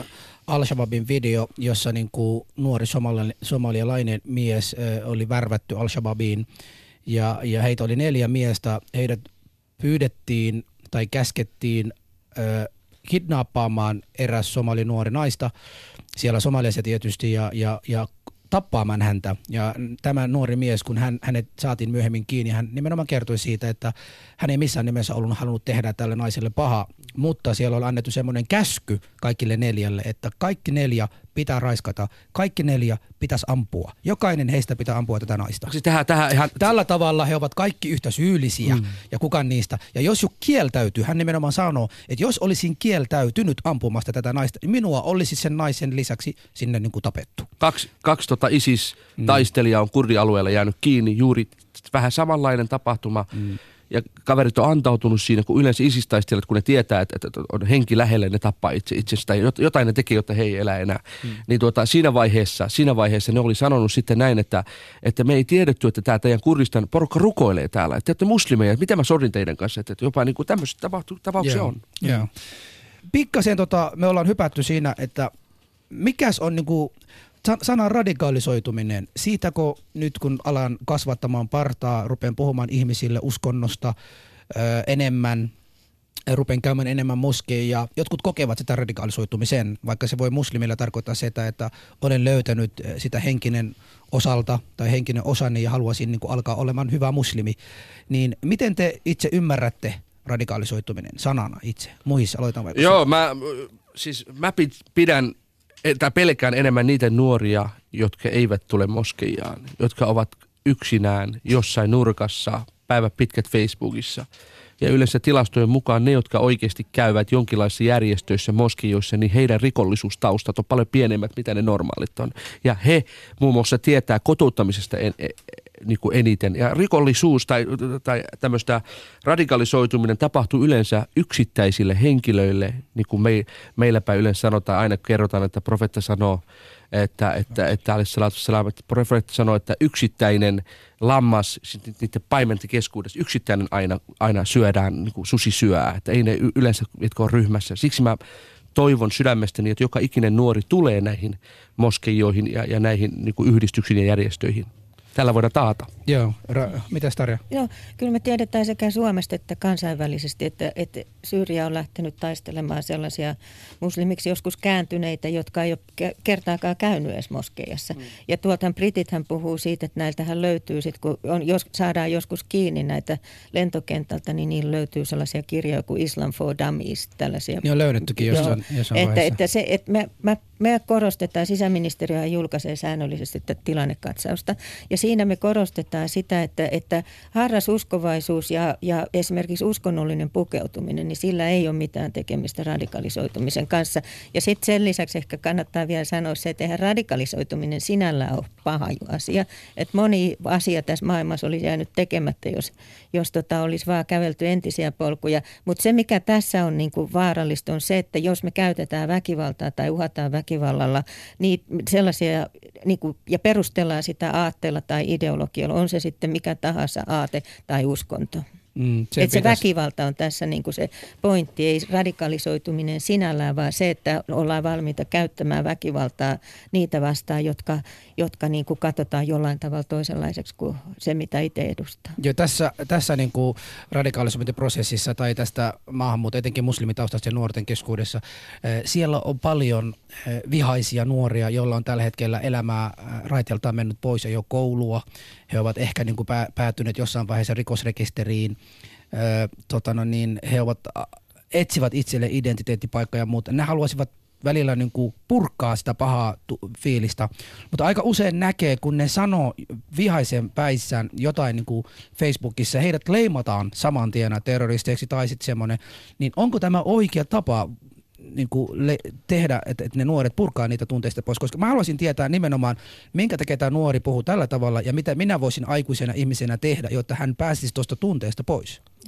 Al-Shabaabin video, jossa niin kuin nuori somali- somalialainen mies äh, oli värvätty Al-Shabaabiin ja, ja heitä oli neljä miestä. Heidät pyydettiin tai käskettiin äh, kidnappaamaan eräs somali nuori naista, siellä Somaliassa tietysti, ja, ja, ja tappaamaan häntä. Ja tämä nuori mies, kun hän, hänet saatiin myöhemmin kiinni, hän nimenomaan kertoi siitä, että hän ei missään nimessä ollut halunnut tehdä tälle naiselle paha, mutta siellä oli annettu semmoinen käsky kaikille neljälle, että kaikki neljä pitää raiskata, kaikki neljä pitäisi ampua. Jokainen heistä pitää ampua tätä naista. Siis tähän, tähän ihan... Tällä tavalla he ovat kaikki yhtä syyllisiä mm. ja kukaan niistä. Ja jos joku kieltäytyy, hän nimenomaan sanoo, että jos olisin kieltäytynyt ampumasta tätä naista, niin minua olisi sen naisen lisäksi sinne niin kuin tapettu. Kaksi, kaksi tota ISIS-taistelijaa on kurdialueella jäänyt kiinni, juuri vähän samanlainen tapahtuma. Mm. Ja kaverit on antautunut siinä, kun yleensä ISIS-taistelijat, kun ne tietää, että, että on henki lähelle, ne tappaa itse itsestään. Jotain ne tekee, jotta he ei elä enää. Mm. Niin tuota, siinä, vaiheessa, siinä vaiheessa ne oli sanonut sitten näin, että, että me ei tiedetty, että tämä teidän Kurdistan porukka rukoilee täällä. Että te olette muslimeja, että mitä mä sordin teidän kanssa. Että jopa niin kuin tämmöiset tapauksia yeah. on. Yeah. Pikkasen tota, me ollaan hypätty siinä, että mikäs on niin kuin sana radikalisoituminen, siitäkö nyt kun alan kasvattamaan partaa, rupean puhumaan ihmisille uskonnosta ö, enemmän, rupean käymään enemmän moskeja. Jotkut kokevat sitä radikalisoitumisen, vaikka se voi muslimilla tarkoittaa sitä, että olen löytänyt sitä henkinen osalta tai henkinen osani ja haluaisin niin kuin alkaa olemaan hyvä muslimi. Niin miten te itse ymmärrätte radikalisoituminen sanana itse? Muissa, aloitan vaikka. Joo, mä, siis mä pidän... tai pelkään enemmän niitä nuoria, jotka eivät tule moskejaan, jotka ovat yksinään jossain nurkassa, päivät pitkät Facebookissa. Ja yleensä tilastojen mukaan ne, jotka oikeasti käyvät jonkinlaisissa järjestöissä, moskeijoissa, niin heidän rikollisuustaustat on paljon pienemmät, mitä ne normaalit on. Ja he muun muassa tietää kotouttamisesta en, en, niin kuin eniten. Ja rikollisuus tai, tai tämmöistä radikalisoituminen tapahtuu yleensä yksittäisille henkilöille, niin kuin me, meilläpä yleensä sanotaan, aina kerrotaan, että profeetta sanoo, että, että, että, että profeetta sanoo, että yksittäinen lammas, niiden paimenten keskuudessa, yksittäinen aina, aina syödään, niin kuin susi syö, että ei ne yleensä, jotka on ryhmässä. Siksi mä toivon sydämestäni, että joka ikinen nuori tulee näihin moskeijoihin ja, ja näihin niin kuin yhdistyksiin ja järjestöihin. Tällä voidaan taata. Joo. Ra- mitäs Tarja? Joo, kyllä me tiedetään sekä Suomesta että kansainvälisesti, että, että Syyria on lähtenyt taistelemaan sellaisia muslimiksi joskus kääntyneitä, jotka ei ole kertaakaan käynyt edes moskeijassa. Mm. Ja tuolta Britithän puhuu siitä, että näiltähän löytyy, sit, kun on, jos saadaan joskus kiinni näitä lentokentältä, niin niillä löytyy sellaisia kirjoja kuin Islam for Dummies, tällaisia. Joo, löydettykin jossain, jossain että, vaiheessa. että se, että me, me, me korostetaan, sisäministeriö julkaisee säännöllisesti tätä tilannekatsausta, ja siinä me korostetaan sitä, että, että harrasuskovaisuus ja, ja esimerkiksi uskonnollinen pukeutuminen, niin sillä ei ole mitään tekemistä radikalisoitumisen kanssa. Ja sitten sen lisäksi ehkä kannattaa vielä sanoa se, että eihän radikalisoituminen sinällään ole paha asia. Että moni asia tässä maailmassa olisi jäänyt tekemättä, jos, jos tota olisi vaan kävelty entisiä polkuja. Mutta se, mikä tässä on niin kuin vaarallista, on se, että jos me käytetään väkivaltaa tai uhataan väkivallalla, niin sellaisia, niin kuin, ja perustellaan sitä aatteella tai ideologialla, on se sitten mikä tahansa aate tai uskonto. Mm, että pitäisi... se väkivalta on tässä niin kuin se pointti, ei radikalisoituminen sinällään, vaan se, että ollaan valmiita käyttämään väkivaltaa niitä vastaan, jotka, jotka niin kuin katsotaan jollain tavalla toisenlaiseksi kuin se, mitä itse edustaa. Joo, tässä, tässä niin kuin radikalisointiprosessissa tai tästä maahanmuutto, etenkin muslimitaustaisten nuorten keskuudessa, siellä on paljon vihaisia nuoria, joilla on tällä hetkellä elämää raiteeltaan mennyt pois ja jo koulua. He ovat ehkä niin kuin päätyneet jossain vaiheessa rikosrekisteriin. Ö, tota no niin, he ovat, etsivät itselle identiteettipaikkaa ja muuta. Ne haluaisivat välillä niin kuin purkaa sitä pahaa tu- fiilistä, mutta aika usein näkee, kun ne sanoo vihaisen päissään jotain niin kuin Facebookissa, heidät leimataan saman tien terroristeiksi tai sitten semmoinen, niin onko tämä oikea tapa niin kuin le- tehdä, että, että ne nuoret purkaa niitä tunteista pois, koska mä haluaisin tietää nimenomaan, minkä takia tämä nuori puhuu tällä tavalla ja mitä minä voisin aikuisena ihmisenä tehdä, jotta hän pääsisi tuosta tunteesta pois. Joo.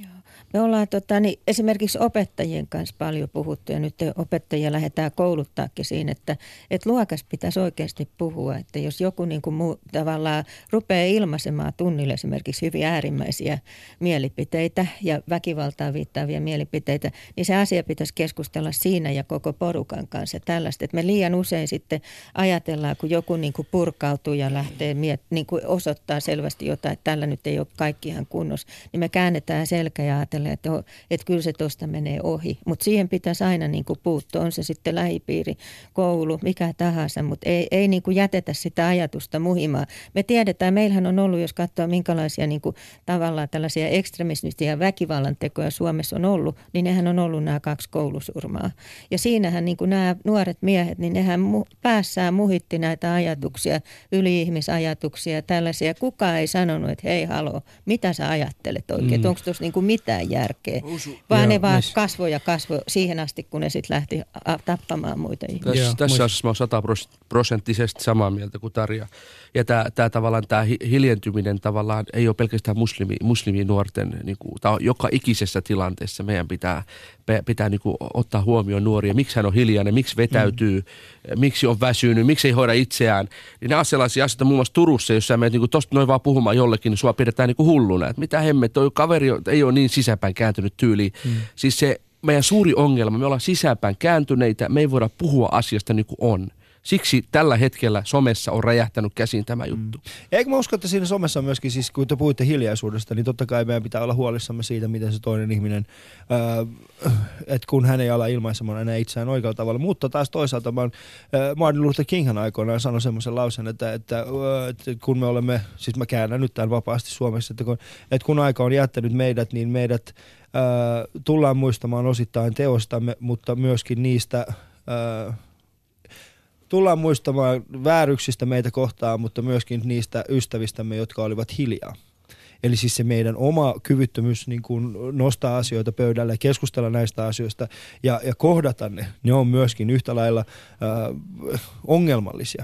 Me ollaan tota, niin esimerkiksi opettajien kanssa paljon puhuttu ja nyt opettajia lähdetään kouluttaakin siinä, että, että luokassa pitäisi oikeasti puhua, että jos joku niin kuin muu, tavallaan rupeaa ilmaisemaan tunnille esimerkiksi hyvin äärimmäisiä mielipiteitä ja väkivaltaa viittaavia mielipiteitä, niin se asia pitäisi keskustella siinä ja koko porukan kanssa ja tällaista, että me liian usein sitten ajatellaan, kun joku niin kuin purkautuu ja lähtee miet, niin kuin osoittaa selvästi jotain, että tällä nyt ei ole kaikki ihan kunnossa, niin me käännetään selkä ja ajatellaan, Että, että kyllä se tuosta menee ohi, mutta siihen pitäisi aina niin kuin puuttua, on se sitten lähipiiri, koulu, mikä tahansa, mutta ei, ei niin kuin jätetä sitä ajatusta muhimaan. Me tiedetään, meillähän on ollut, jos katsoo minkälaisia niin kuin, tavallaan tällaisia ekstremistisiä väkivallan tekoja Suomessa on ollut, niin nehän on ollut nämä kaksi koulusurmaa. Ja siinähän niin kuin nämä nuoret miehet, niin nehän mu- päässään muhitti näitä ajatuksia, yli-ihmisajatuksia ja tällaisia. Kukaan ei sanonut, että hei haloo, mitä sä ajattelet oikein, mm. onko tuossa niin kuin mitään järkeä, vaan Joo, ne vaan mis... kasvoi ja kasvoi siihen asti, kun ne sitten lähti a- tappamaan muita ihmisiä. Tässä, tässä asiassa mä oon sataprosenttisesti samaa mieltä kuin Tarja. Ja tämä tavallaan tämä hiljentyminen tavallaan ei ole pelkästään muslimi, musliminuorten, niin kuin, tämä on joka ikisessä tilanteessa meidän pitää, pitää niin kuin, ottaa huomioon nuoria. Miksi hän on hiljainen, miksi vetäytyy, mm. miksi on väsynyt, miksi ei hoida itseään. Niin nämä on sellaisia asioita muun muassa Turussa, jos sä menet niin tuosta noin vaan puhumaan jollekin, niin sua pidetään niin kuin hulluna. Että mitä hemmet, toi kaveri ei ole niin sisäpäin kääntynyt tyyliin. Mm. Siis se meidän suuri ongelma, me ollaan sisäpäin kääntyneitä, me ei voida puhua asiasta niin kuin on. Siksi tällä hetkellä somessa on räjähtänyt käsiin tämä juttu. Mm. Eikö mä usko, että siinä somessa on myöskin, siis kun te puhuitte hiljaisuudesta, niin totta kai meidän pitää olla huolissamme siitä, miten se toinen ihminen, äh, että kun hän ei ala ilmaisemaan enää itseään oikealla tavalla. Mutta taas toisaalta mä oon, äh, Martin Luther Kinghan aikoinaan sanoi semmoisen lauseen, että, että, että kun me olemme, siis mä käännän nyt tämän vapaasti suomeksi, että kun, että kun aika on jättänyt meidät, niin meidät äh, tullaan muistamaan osittain teostamme, mutta myöskin niistä... Äh, Tullaan muistamaan vääryksistä meitä kohtaan, mutta myöskin niistä ystävistämme, jotka olivat hiljaa. Eli siis se meidän oma kyvyttömyys niin kuin nostaa asioita pöydälle ja keskustella näistä asioista ja, ja kohdata ne, ne on myöskin yhtä lailla äh, ongelmallisia.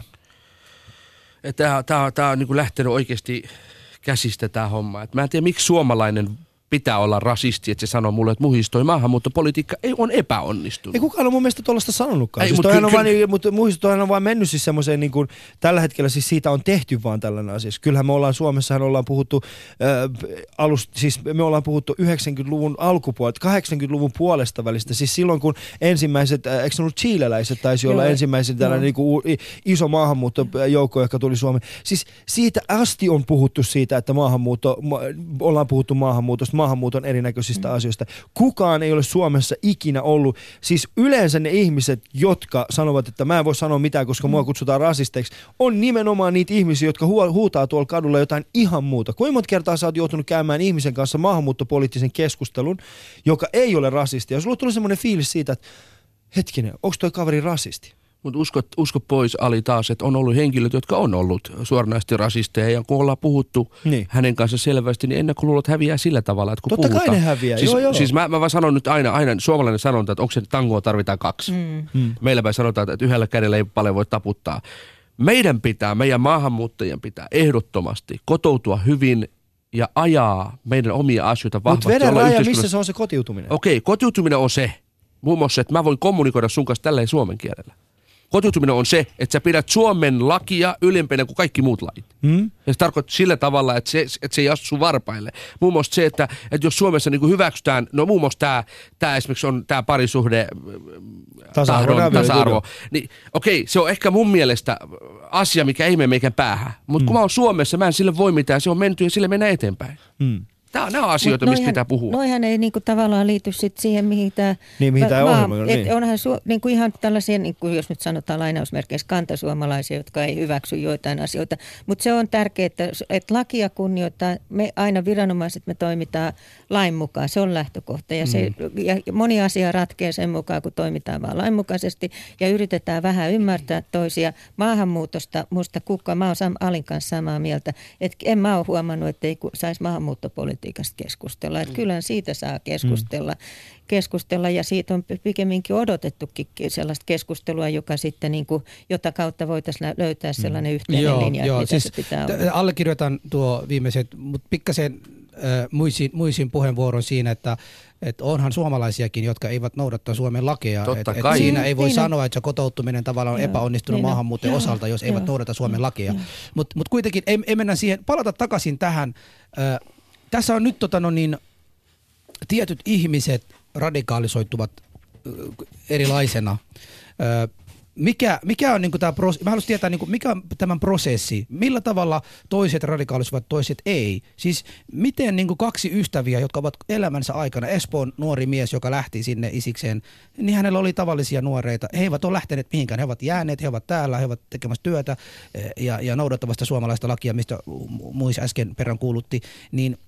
Tämä, tämä, tämä on niin kuin lähtenyt oikeasti käsistä tämä homma. Et mä en tiedä, miksi suomalainen pitää olla rasisti, että se sanoo mulle, että muhistoi maahanmuuttopolitiikka ei on epäonnistunut. Ei kukaan ole mun mielestä tuollaista sanonutkaan. Ei, siis mutta toihan ky- on ky- vaan, mutta muhistoihan on vaan mennyt siis semmoiseen, niin kuin tällä hetkellä siis siitä on tehty vaan tällainen asia. Kyllähän me ollaan Suomessahan ollaan puhuttu, äh, alust, siis me ollaan puhuttu yhdeksänkymmentäluvun alkupuolelta, kahdeksankymmentäluvun puolesta välistä. Siis silloin kun ensimmäiset, äh, eikö ne ollut chileläiset taisi olla ensimmäiset tällainen niin kuin iso maahanmuuttojoukko, joka tuli Suomeen. Siis siitä asti on puhuttu siitä, että maahanmuutto, ma, ollaan puhuttu maahanmuutosta, maahanmuuton erinäköisistä mm. asioista. Kukaan ei ole Suomessa ikinä ollut, siis yleensä ne ihmiset, jotka sanovat, että mä en voi sanoa mitään, koska mm. mua kutsutaan rasisteiksi, on nimenomaan niitä ihmisiä, jotka hu- huutaa tuolla kadulla jotain ihan muuta. Kuinka monta kertaa sä oot joutunut käymään ihmisen kanssa maahanmuuttopoliittisen keskustelun, joka ei ole rasisti. Ja sulla tuli semmoinen fiilis siitä, että hetkinen, onko toi kaveri rasisti? Mutta usko, usko pois Ali taas, että on ollut henkilöt, jotka on ollut suoranaisesti rasisteja. Ja kun ollaan puhuttu niin. hänen kanssa selvästi, niin ennakkoluulot häviää sillä tavalla, että kun Totta puhutaan. kai ne häviää, siis, joo joo. Siis mä, mä vaan sanon nyt aina, aina suomalainen sanonta, että onko se tangoa tarvitaan kaksi. Mm. Mm. Meillä päin sanotaan, että yhdellä kädellä ei paljon voi taputtaa. Meidän pitää, meidän maahanmuuttajien pitää ehdottomasti kotoutua hyvin ja ajaa meidän omia asioita vahvasti. Mutta vedä raja, missä se on se kotiutuminen? Okei, kotiutuminen on se, muun muassa, että mä voin kommunikoida sun kanssa tälleen suomen kielellä. Kotiutuminen on se, että sä pidät Suomen lakia ylempänä kuin kaikki muut lait. Mm. Ja se tarkoittaa sillä tavalla, että se, että se ei astu sun varpaille. Muun muassa se, että, että jos Suomessa niin kuin hyväksytään, no muun muassa tämä, tämä esimerkiksi on tämä parisuhde, tasa-arvo, tahdon, tasa-arvo. Niin, okei, se on ehkä mun mielestä asia, mikä ei mene meikään päähän. Mutta mm. kun mä oon Suomessa, mä en sille voi mitään, se on menty ja sille mennään eteenpäin. Mm. Nämä on asioita, mistä pitää puhua. Noihän ei niinku tavallaan liity sit siihen, mihin tämä... Niin, mihin tämä ohjelma on. Niin. Onhan su, niinku ihan tällaisia, niinku jos nyt sanotaan lainausmerkeissä, kantasuomalaisia, jotka ei hyväksy joitain asioita. Mutta se on tärkeää, että, että lakia kunnioittaa. Me aina viranomaiset, me toimitaan lain mukaan. Se on lähtökohta. Ja, se, mm. ja moni asia ratkeaa sen mukaan, kun toimitaan vaan lainmukaisesti. Ja yritetään vähän ymmärtää toisia. Maahanmuutosta, musta kukaan, mä oon Sam Alin kanssa samaa mieltä. Että en mä ole huomannut, että ei saisi maahanmuuttopolitiikasta keskustella. Että kyllä siitä saa keskustella, mm. keskustella ja siitä on pikemminkin odotettukin sellaista keskustelua, joka sitten niin kuin, jota kautta voitaisiin löytää sellainen yhteinen joo, linja, joo, mitä siis se pitää t- olla. Allekirjoitan tuo viimeiset, mutta pikkasen muisin, muisin puheenvuoron siinä, että et onhan suomalaisiakin, jotka eivät noudattaa Suomen lakeja. Totta et, kai. et siinä ei voi Niin, sanoa, että se kotoutuminen tavallaan on Joo, epäonnistunut niin on. maahanmuuton Joo, osalta, jos joo, eivät noudata Suomen lakeja. joo. Mutta mut kuitenkin ei, ei mennä siihen, palata takaisin tähän. Ö, tässä on nyt tota, no niin, tietyt ihmiset radikaalisoituvat ö, erilaisena. Ö, Mikä, mikä on niinku tämä prosessi? Mä haluaisin tietää, niinku, mikä on tämän prosessi? Millä tavalla toiset radikaalisoivat, toiset ei? Siis miten niinku kaksi ystäviä, jotka ovat elämänsä aikana, Espoon nuori mies, joka lähti sinne isikseen, niin hänellä oli tavallisia nuoreita. He eivät ole lähteneet mihinkään. He ovat jääneet, he ovat täällä, he ovat tekemässä työtä ja, ja noudattavasta suomalaista lakia, mistä Muis äsken perään kuulutti. Niin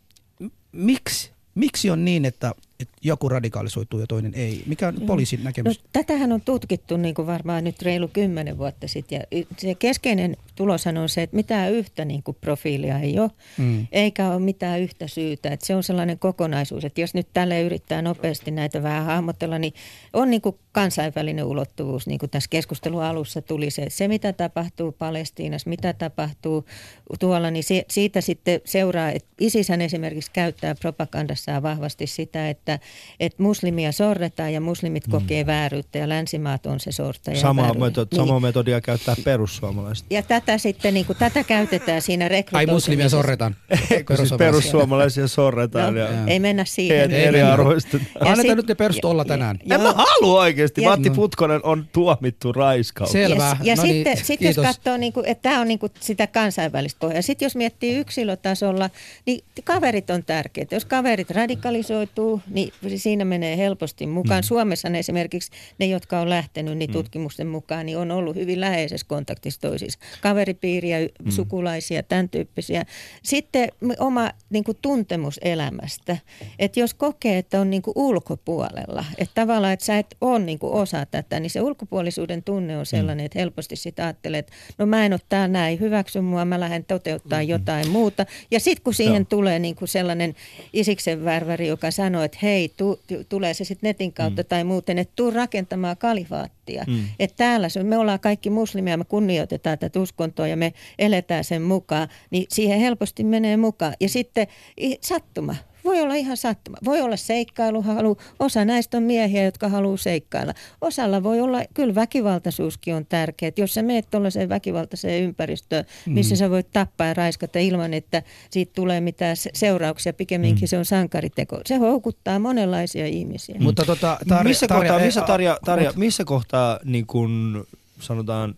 miksi? Miksi on niin, että, että joku radikaalisoituu ja toinen ei? Mikä on poliisin näkemys? No, tätähän on tutkittu niin kuin varmaan nyt reilu kymmenen vuotta sitten. Ja se keskeinen tuloshan on se, että mitään yhtä niin kuin profiilia ei ole, mm. eikä ole mitään yhtä syytä. Että se on sellainen kokonaisuus, että jos nyt tälle yrittää nopeasti näitä vähän hahmotella, niin on niin kuin kansainvälinen ulottuvuus, niin kuin tässä keskustelun alussa tuli se, että se mitä tapahtuu Palestiinassa, mitä tapahtuu tuolla, niin se, siitä sitten seuraa, että ISIShän esimerkiksi käyttää propagandassaan vahvasti sitä, että, että muslimia sorretaan ja muslimit mm. kokee vääryyttä ja länsimaat on se sortaja. Sama, metod, niin. Sama metodia käyttää perussuomalaiset. Ja tätä sitten, niin kuin, tätä käytetään siinä rekrytoitumisessa. Ai muslimia sorretaan. Siis perussuomalaisia sorretaan. No, ja ei mennä siihen. Ei, eriarvoista. Annetaan nyt ne persut olla tänään. En mä halua oikeasti. Ja, Matti Putkonen on tuomittu raiskaus. Selvä. Ja, ja no sitten niin, sit jos katsoo, niin kuin, että tämä on niin kuin sitä kansainvälistä pohjaa. Sitten jos miettii yksilötasolla, niin kaverit on tärkeitä. Jos kaverit radikalisoituu, niin siinä menee helposti mukaan. Mm. Suomessa ne esimerkiksi ne, jotka on lähtenyt niin tutkimusten mukaan, niin on ollut hyvin läheisessä kontaktissa toisissa. Kaveripiiriä, mm. sukulaisia, tämän tyyppisiä. Sitten oma niin kuin tuntemus elämästä. Että jos kokee, että on niin kuin ulkopuolella, että tavallaan, että sä et ole niin kuin osa tätä, niin se ulkopuolisuuden tunne on sellainen, että helposti sitä ajattelee, että no mä en ole täällä näin, hyväksy mua, mä lähden toteuttaa jotain muuta. Ja sitten kun siihen Joo. tulee niin kuin sellainen Isiksen värväri, joka sanoo, että hei, tu, tulee se sitten netin kautta mm. tai muuten, että tuu rakentamaan kalifaattia. Mm. Että täällä me ollaan kaikki muslimia, me kunnioitetaan tätä uskontoa ja me eletään sen mukaan, niin siihen helposti menee mukaan. Ja sitten sattuma. Voi olla ihan sattuma. Voi olla seikkailuhalu. Osa näistä on miehiä, jotka haluaa seikkailla. Osalla voi olla, kyllä väkivaltaisuuskin on tärkeää. Jos sä meet tuollaiseen väkivaltaiseen ympäristöön, missä mm. sä voit tappaa ja raiskata ilman, että siitä tulee mitään seurauksia, pikemminkin mm. se on sankariteko. Se houkuttaa monenlaisia ihmisiä. Mm. Mutta tota, Tarja, missä Tarja, kohtaa, ei, missä, Tarja, Tarja, mut, missä kohtaa niin kun sanotaan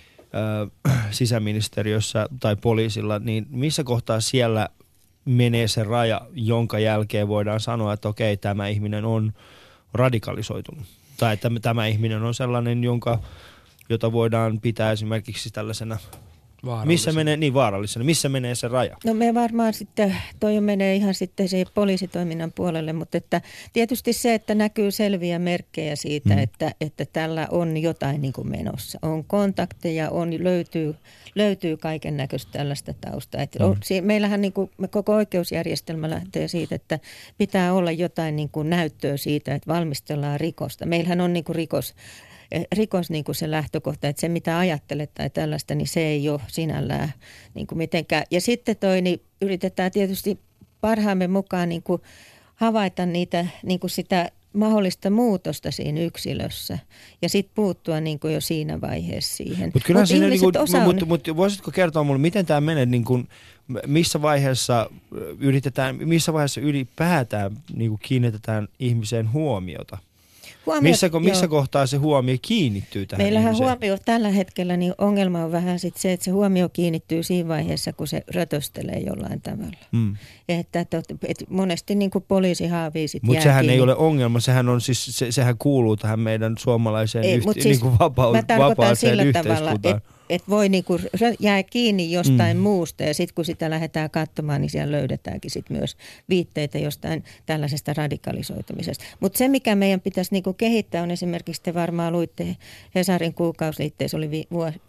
äh, sisäministeriössä tai poliisilla, niin missä kohtaa siellä menee se raja, jonka jälkeen voidaan sanoa, että okei, tämä ihminen on radikalisoitunut. Tai että tämä ihminen on sellainen, jonka, jota voidaan pitää esimerkiksi tällaisena, missä menee, niin vaarallisena, missä menee se raja? No me varmaan sitten, toi menee ihan sitten siihen poliisitoiminnan puolelle, mutta että tietysti se, että näkyy selviä merkkejä siitä, mm. että, että tällä on jotain niin kuin menossa. On kontakteja, on, löytyy, löytyy kaiken näköistä tällaista taustaa. Että mm. on, meillähän niin kuin, koko oikeusjärjestelmä lähtee siitä, että pitää olla jotain niin kuin näyttöä siitä, että valmistellaan rikosta. Meillähän on niin kuin rikos, rikos niin kuin se lähtökohta, että se mitä ajattelet tai tällaista, niin se ei ole sinällään niin kuin mitenkään. Ja sitten toi, niin yritetään tietysti parhaamme mukaan niin kuin havaita niitä, niin kuin sitä mahdollista muutosta siinä yksilössä ja sitten puuttua niin kuin jo siinä vaiheessa siihen. Mutta kyllä mut siinä, niin kuin, on... mut, mut, voisitko kertoa mulle, miten tämä menee, niin kuin, missä vaiheessa yritetään, missä vaiheessa ylipäätään niin kuin kiinnitetään ihmiseen huomiota? Huomio, missä, missä kohtaa se huomio kiinnittyy tähän Meillähän ihmiseen? Huomio tällä hetkellä, niin ongelma on vähän sit se, että se huomio kiinnittyy siinä vaiheessa, kun se rötöstelee jollain tavalla. Mm. Että, että, että monesti niin kuin poliisi haavii sitten Mutta sehän ei ole ongelma, sehän, on siis, se, sehän kuuluu tähän meidän suomalaiseen ei, yhte, siis niin kuin vapau- vapaaseen yhteiskuntaan. Että voi niinku jää kiinni jostain mm. muusta ja sitten kun sitä lähdetään katsomaan, niin siellä löydetäänkin sit myös viitteitä jostain tällaisesta radikalisoitumisesta. Mutta se, mikä meidän pitäisi niinku kehittää, on esimerkiksi, te varmaan luitte Hesarin kuukausiliitteessä, oli vi- vuosi,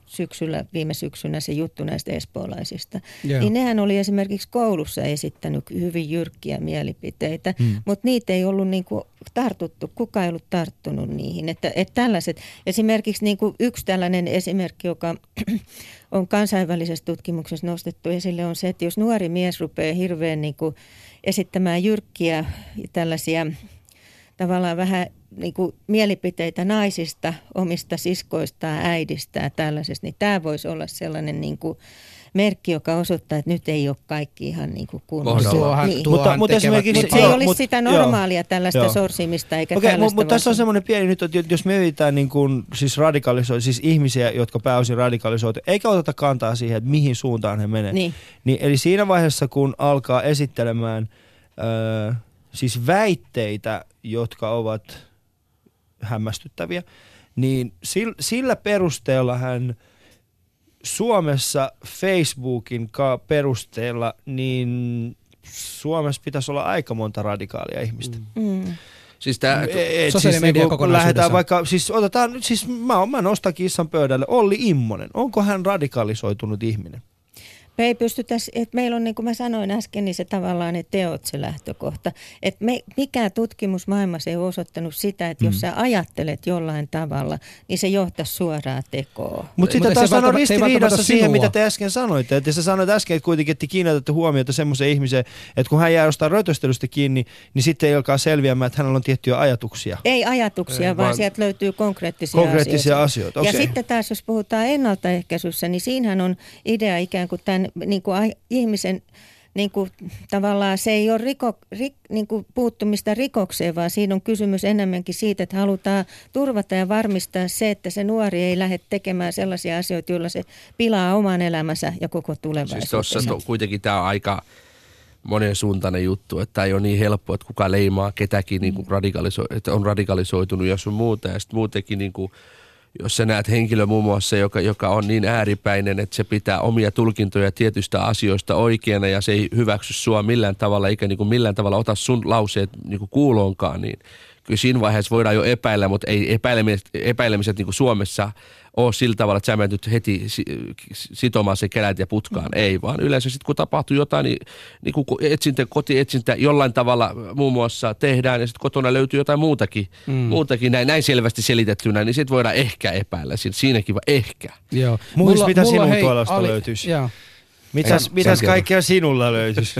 syksyllä, viime syksynä se juttu näistä espoolaisista, Joo. niin nehän oli esimerkiksi koulussa esittänyt hyvin jyrkkiä mielipiteitä, hmm. mutta niitä ei ollut niin kuin tartuttu, kukaan ei ollut tarttunut niihin. Että, että tällaiset, esimerkiksi niin kuin yksi tällainen esimerkki, joka on kansainvälisessä tutkimuksessa nostettu esille, on se, että jos nuori mies rupeaa hirveän niin kuin esittämään jyrkkiä tällaisia tavallaan vähän niin kuin mielipiteitä naisista, omista siskoistaan, äidistä ja tällaisesta, niin tämä voisi olla sellainen niin kuin merkki, joka osoittaa, että nyt ei ole kaikki ihan niin kuin kunnossa. Tuohan, niin. tuohan Mutta- mutta esimerkiksi- Mutta se ei Joo, olisi mut- sitä normaalia joo, tällaista joo. sorsimista eikä Okei, tällaista. mutta tässä on vaan- semmoinen pieni nyt, että jos me mietitään niin kuin, siis radikalisoitu, siis ihmisiä, jotka pääosin radikalisoitu, eikä oteta kantaa siihen, että mihin suuntaan he menee. Niin. Niin, eli siinä vaiheessa, kun alkaa esittelemään öö, siis väitteitä, jotka ovat hämmästyttäviä, niin sillä, sillä perusteella hän Suomessa Facebookin ka- perusteella, niin Suomessa pitäisi olla aika monta radikaalia ihmistä. Mm. Siis tää, Et Sosiaalinen siis media niinku kokonaisuudessaan. lähdetään vaikka, siis otetaan, siis mä, mä nostan kissan pöydälle, Olli Immonen, onko hän radikalisoitunut ihminen? Me ei pystytä, että meillä on niin kuin mä sanoin äsken, niin se tavallaan ne teot se lähtökohta. Että me, mikään tutkimus maailmassa ei ole osoittanut sitä, että jos Mm. sä ajattelet jollain tavalla, niin se johtaisi suoraan tekoon. Mutta Mutta sitten se taas on välttämättä- se ei ristiriidassa välttämättä siihen, sinua. mitä te äsken sanoitte. Että sä sanoit äsken että kuitenkin, että kiinnitätte huomiota semmoiseen ihmiseen, että kun hän jää jostain rötöstelystä kiinni, niin sitten ei alkaa selviämään, että hänellä on tiettyjä ajatuksia. Ei ajatuksia, Ei, vaan, vaan sieltä löytyy konkreettisia, Konkreettisia asioita. Ja Okei. sitten taas, jos puhutaan ennaltaehkäisyssä, niin siinähän on idea ikään kuin tämän niin kuin ai- ihmisen, niin kuin, tavallaan se ei ole riko, rik, niin kuin puuttumista rikokseen, vaan siinä on kysymys enemmänkin siitä, että halutaan turvata ja varmistaa se, että se nuori ei lähde tekemään sellaisia asioita, joilla se pilaa oman elämänsä ja koko siis tulevaisuutensa. tossa to, kuitenkin tämä on aika monen suuntainen juttu, että ei ole niin helppo, että kuka leimaa ketäkin niin kuin radikaliso- että on radikalisoitunut ja sun muuta. Ja sitten muutenkin, niin kuin, jos sä näet henkilö muun muassa, joka, joka on niin ääripäinen, että se pitää omia tulkintoja tietystä asioista oikeana ja se ei hyväksy sua millään tavalla, eikä niin kuin millään tavalla ota sun lauseet niin kuin kuuloonkaan, niin kyllä siinä vaiheessa voidaan jo epäillä, mutta ei epäilemiset, epäilemiset niin kuin Suomessa ole sillä tavalla, että sä menet nyt heti sitomaan se kelät ja putkaan. Mm. Ei, vaan yleensä sitten kun tapahtuu jotain, niin, niin kun etsintä, kotietsintä jollain tavalla muun muassa tehdään ja sitten kotona löytyy jotain muutakin, mm. muutakin näin, näin selvästi selitettynä, niin sitten voidaan ehkä epäillä. Siinäkin vaan ehkä. Joo. Muis, mitä sinun hei, tuolasta Ali- löytyisi? Joo. Mitäs, Sen- mitäs sen kaikkea sinulla löytyisi?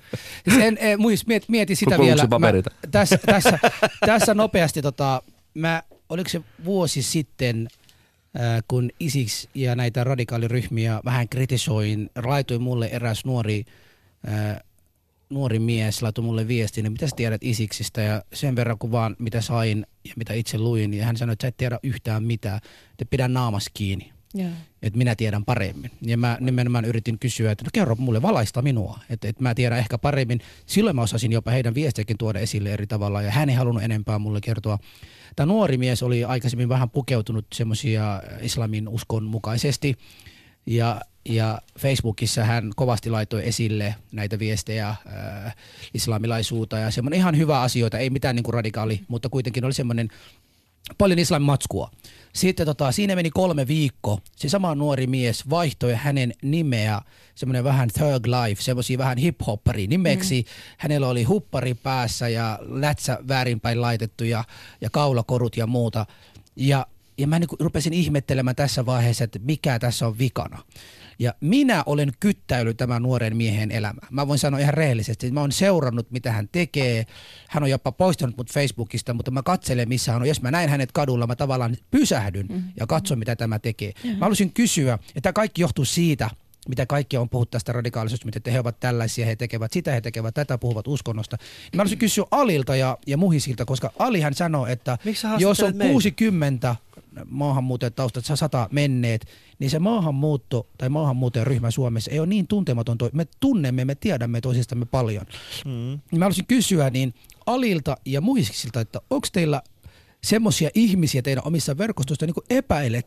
En, en, muist, mieti, mieti sitä Kokouksen vielä. Mä, paperita. tässä, tässä, tässä nopeasti, tota, mä, oliko se vuosi sitten, äh, kun ISIS ja näitä radikaaliryhmiä vähän kritisoin, laitoin mulle eräs nuori, äh, nuori mies, laitoi mulle viestin, että mitä sä tiedät ISISistä, ja sen verran kun vaan mitä sain ja mitä itse luin, ja hän sanoi, että sä et tiedä yhtään mitään, että pidä naamas kiinni. Joo. Että minä tiedän paremmin. Ja mä nimenomaan yritin kysyä, että no kerro mulle, valaista minua. Että, että mä tiedän ehkä paremmin. Silloin mä osasin jopa heidän viestejäkin tuoda esille eri tavalla. Ja hän ei halunnut enempää mulle kertoa. Tämä nuori mies oli aikaisemmin vähän pukeutunut semmoisia islamin uskon mukaisesti. Ja, ja Facebookissa hän kovasti laittoi esille näitä viestejä ää, islamilaisuutta. Ja semmoinen ihan hyvä asioita, ei mitään niin kuin radikaali, mutta kuitenkin oli semmoinen paljon islamin matskua. Sitten tota, siinä meni kolme viikkoa. Se sama nuori mies vaihtoi hänen nimeä, semmoinen vähän thug life, semmoisia vähän hip-hoppari nimeksi. Mm. Hänellä oli huppari päässä ja lätsä väärinpäin laitettu ja, ja kaulakorut ja muuta. Ja, ja mä niin rupesin ihmettelemään tässä vaiheessa, että mikä tässä on vikana. Ja minä olen kyttäillyt tämän nuoren miehen elämää. Mä voin sanoa ihan rehellisesti, että mä oon seurannut, mitä hän tekee. Hän on jopa poistanut mut Facebookista, mutta mä katselen, missä hän on. Jos mä näin hänet kadulla, mä tavallaan pysähdyn mm-hmm. ja katson, mitä tämä tekee. Mm-hmm. Mä haluaisin kysyä, että kaikki johtuu siitä, mitä kaikki on puhuttu tästä radikaalisuudesta, mitä he ovat tällaisia, he tekevät sitä, he tekevät tätä, puhuvat uskonnosta. Mä haluaisin kysyä Alilta ja, ja Muhisilta, koska Alihan sanoo, että jos on kuusikymmentä maahanmuuttajataustat, sata menneet, niin se maahanmuutto tai maahanmuuttajaryhmä Suomessa ei ole niin tuntematon. Me tunnemme, me tiedämme toisistamme paljon. Mm. Mä haluaisin kysyä niin Alilta ja Muhisilta, että onko teillä semmoisia ihmisiä teidän omissa verkostoissa, niin kuin epäilette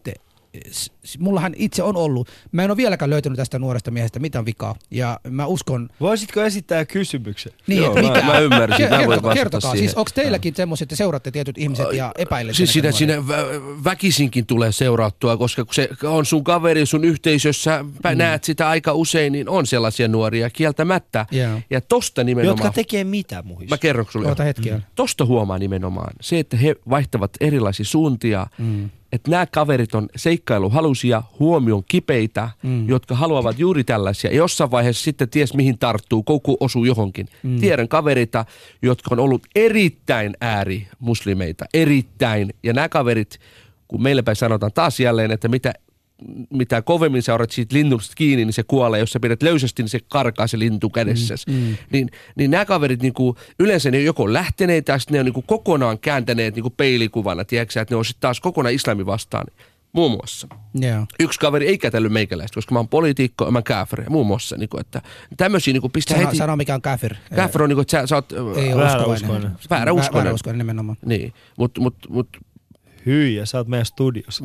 s- mullahan itse on ollut, mä en ole vieläkään löytänyt tästä nuoresta miehestä mitään vikaa. Ja mä uskon... Voisitko esittää kysymyksen? Niin, Joo, mikä? mä, mä ymmärsin, mä voin Kertokaa, vastata kertokaa. siihen. Siis onko teilläkin semmoiset, että seuraatte tietyt ihmiset ja epäilette Siis näitä siinä, nuoria? siinä vä- väkisinkin tulee seurattua, koska kun se on sun kaveri sun yhteisössä, mm. näet sitä aika usein, niin on sellaisia nuoria kieltämättä. Yeah. Ja tosta nimenomaan... Jotka tekee mitä muissa? Mä kerron sulle. Oota hetkiä. Mm. Tosta huomaa nimenomaan se, että he vaihtavat erilaisia suuntia, mm. että nämä kaverit on seikkailuhaluisia, huomion kipeitä, mm. jotka haluavat juuri tällaisia. Ja jossain vaiheessa sitten ties mihin tarttuu, koukku osuu johonkin. Mm. Tiedän kaverita, jotka on ollut erittäin äärimuslimeita, erittäin. Ja nämä kaverit, kun meillä päin sanotaan taas jälleen, että mitä... mitä kovemmin sä olet siitä linnusta kiinni, niin se kuolee. Jos sä pidät löysästi, niin se karkaa se lintu kädessäsi. Mm, mm. Niin, niin nämä kaverit niinku, yleensä ne joko lähteneet tai ne on niinku kokonaan kääntäneet niinku peilikuvana, tiedätkö, että ne on sitten taas kokonaan islami vastaan. Muun muassa. Yeah. Yksi kaveri ei kätellyt meikäläistä, koska mä oon poliitikko ja mä oon kafir. Muun muassa. Niinku, että tämmöisiä niinku pistää Sano, heti. sano mikä on kafir. Kafir on niinku, että sä, sä oot... Ei ole uskovainen. Väärä uskoinen. Väärä uskoinen nimenomaan. Niin, mutta mut, mut, Hyi, ja sä oot meidän studiossa.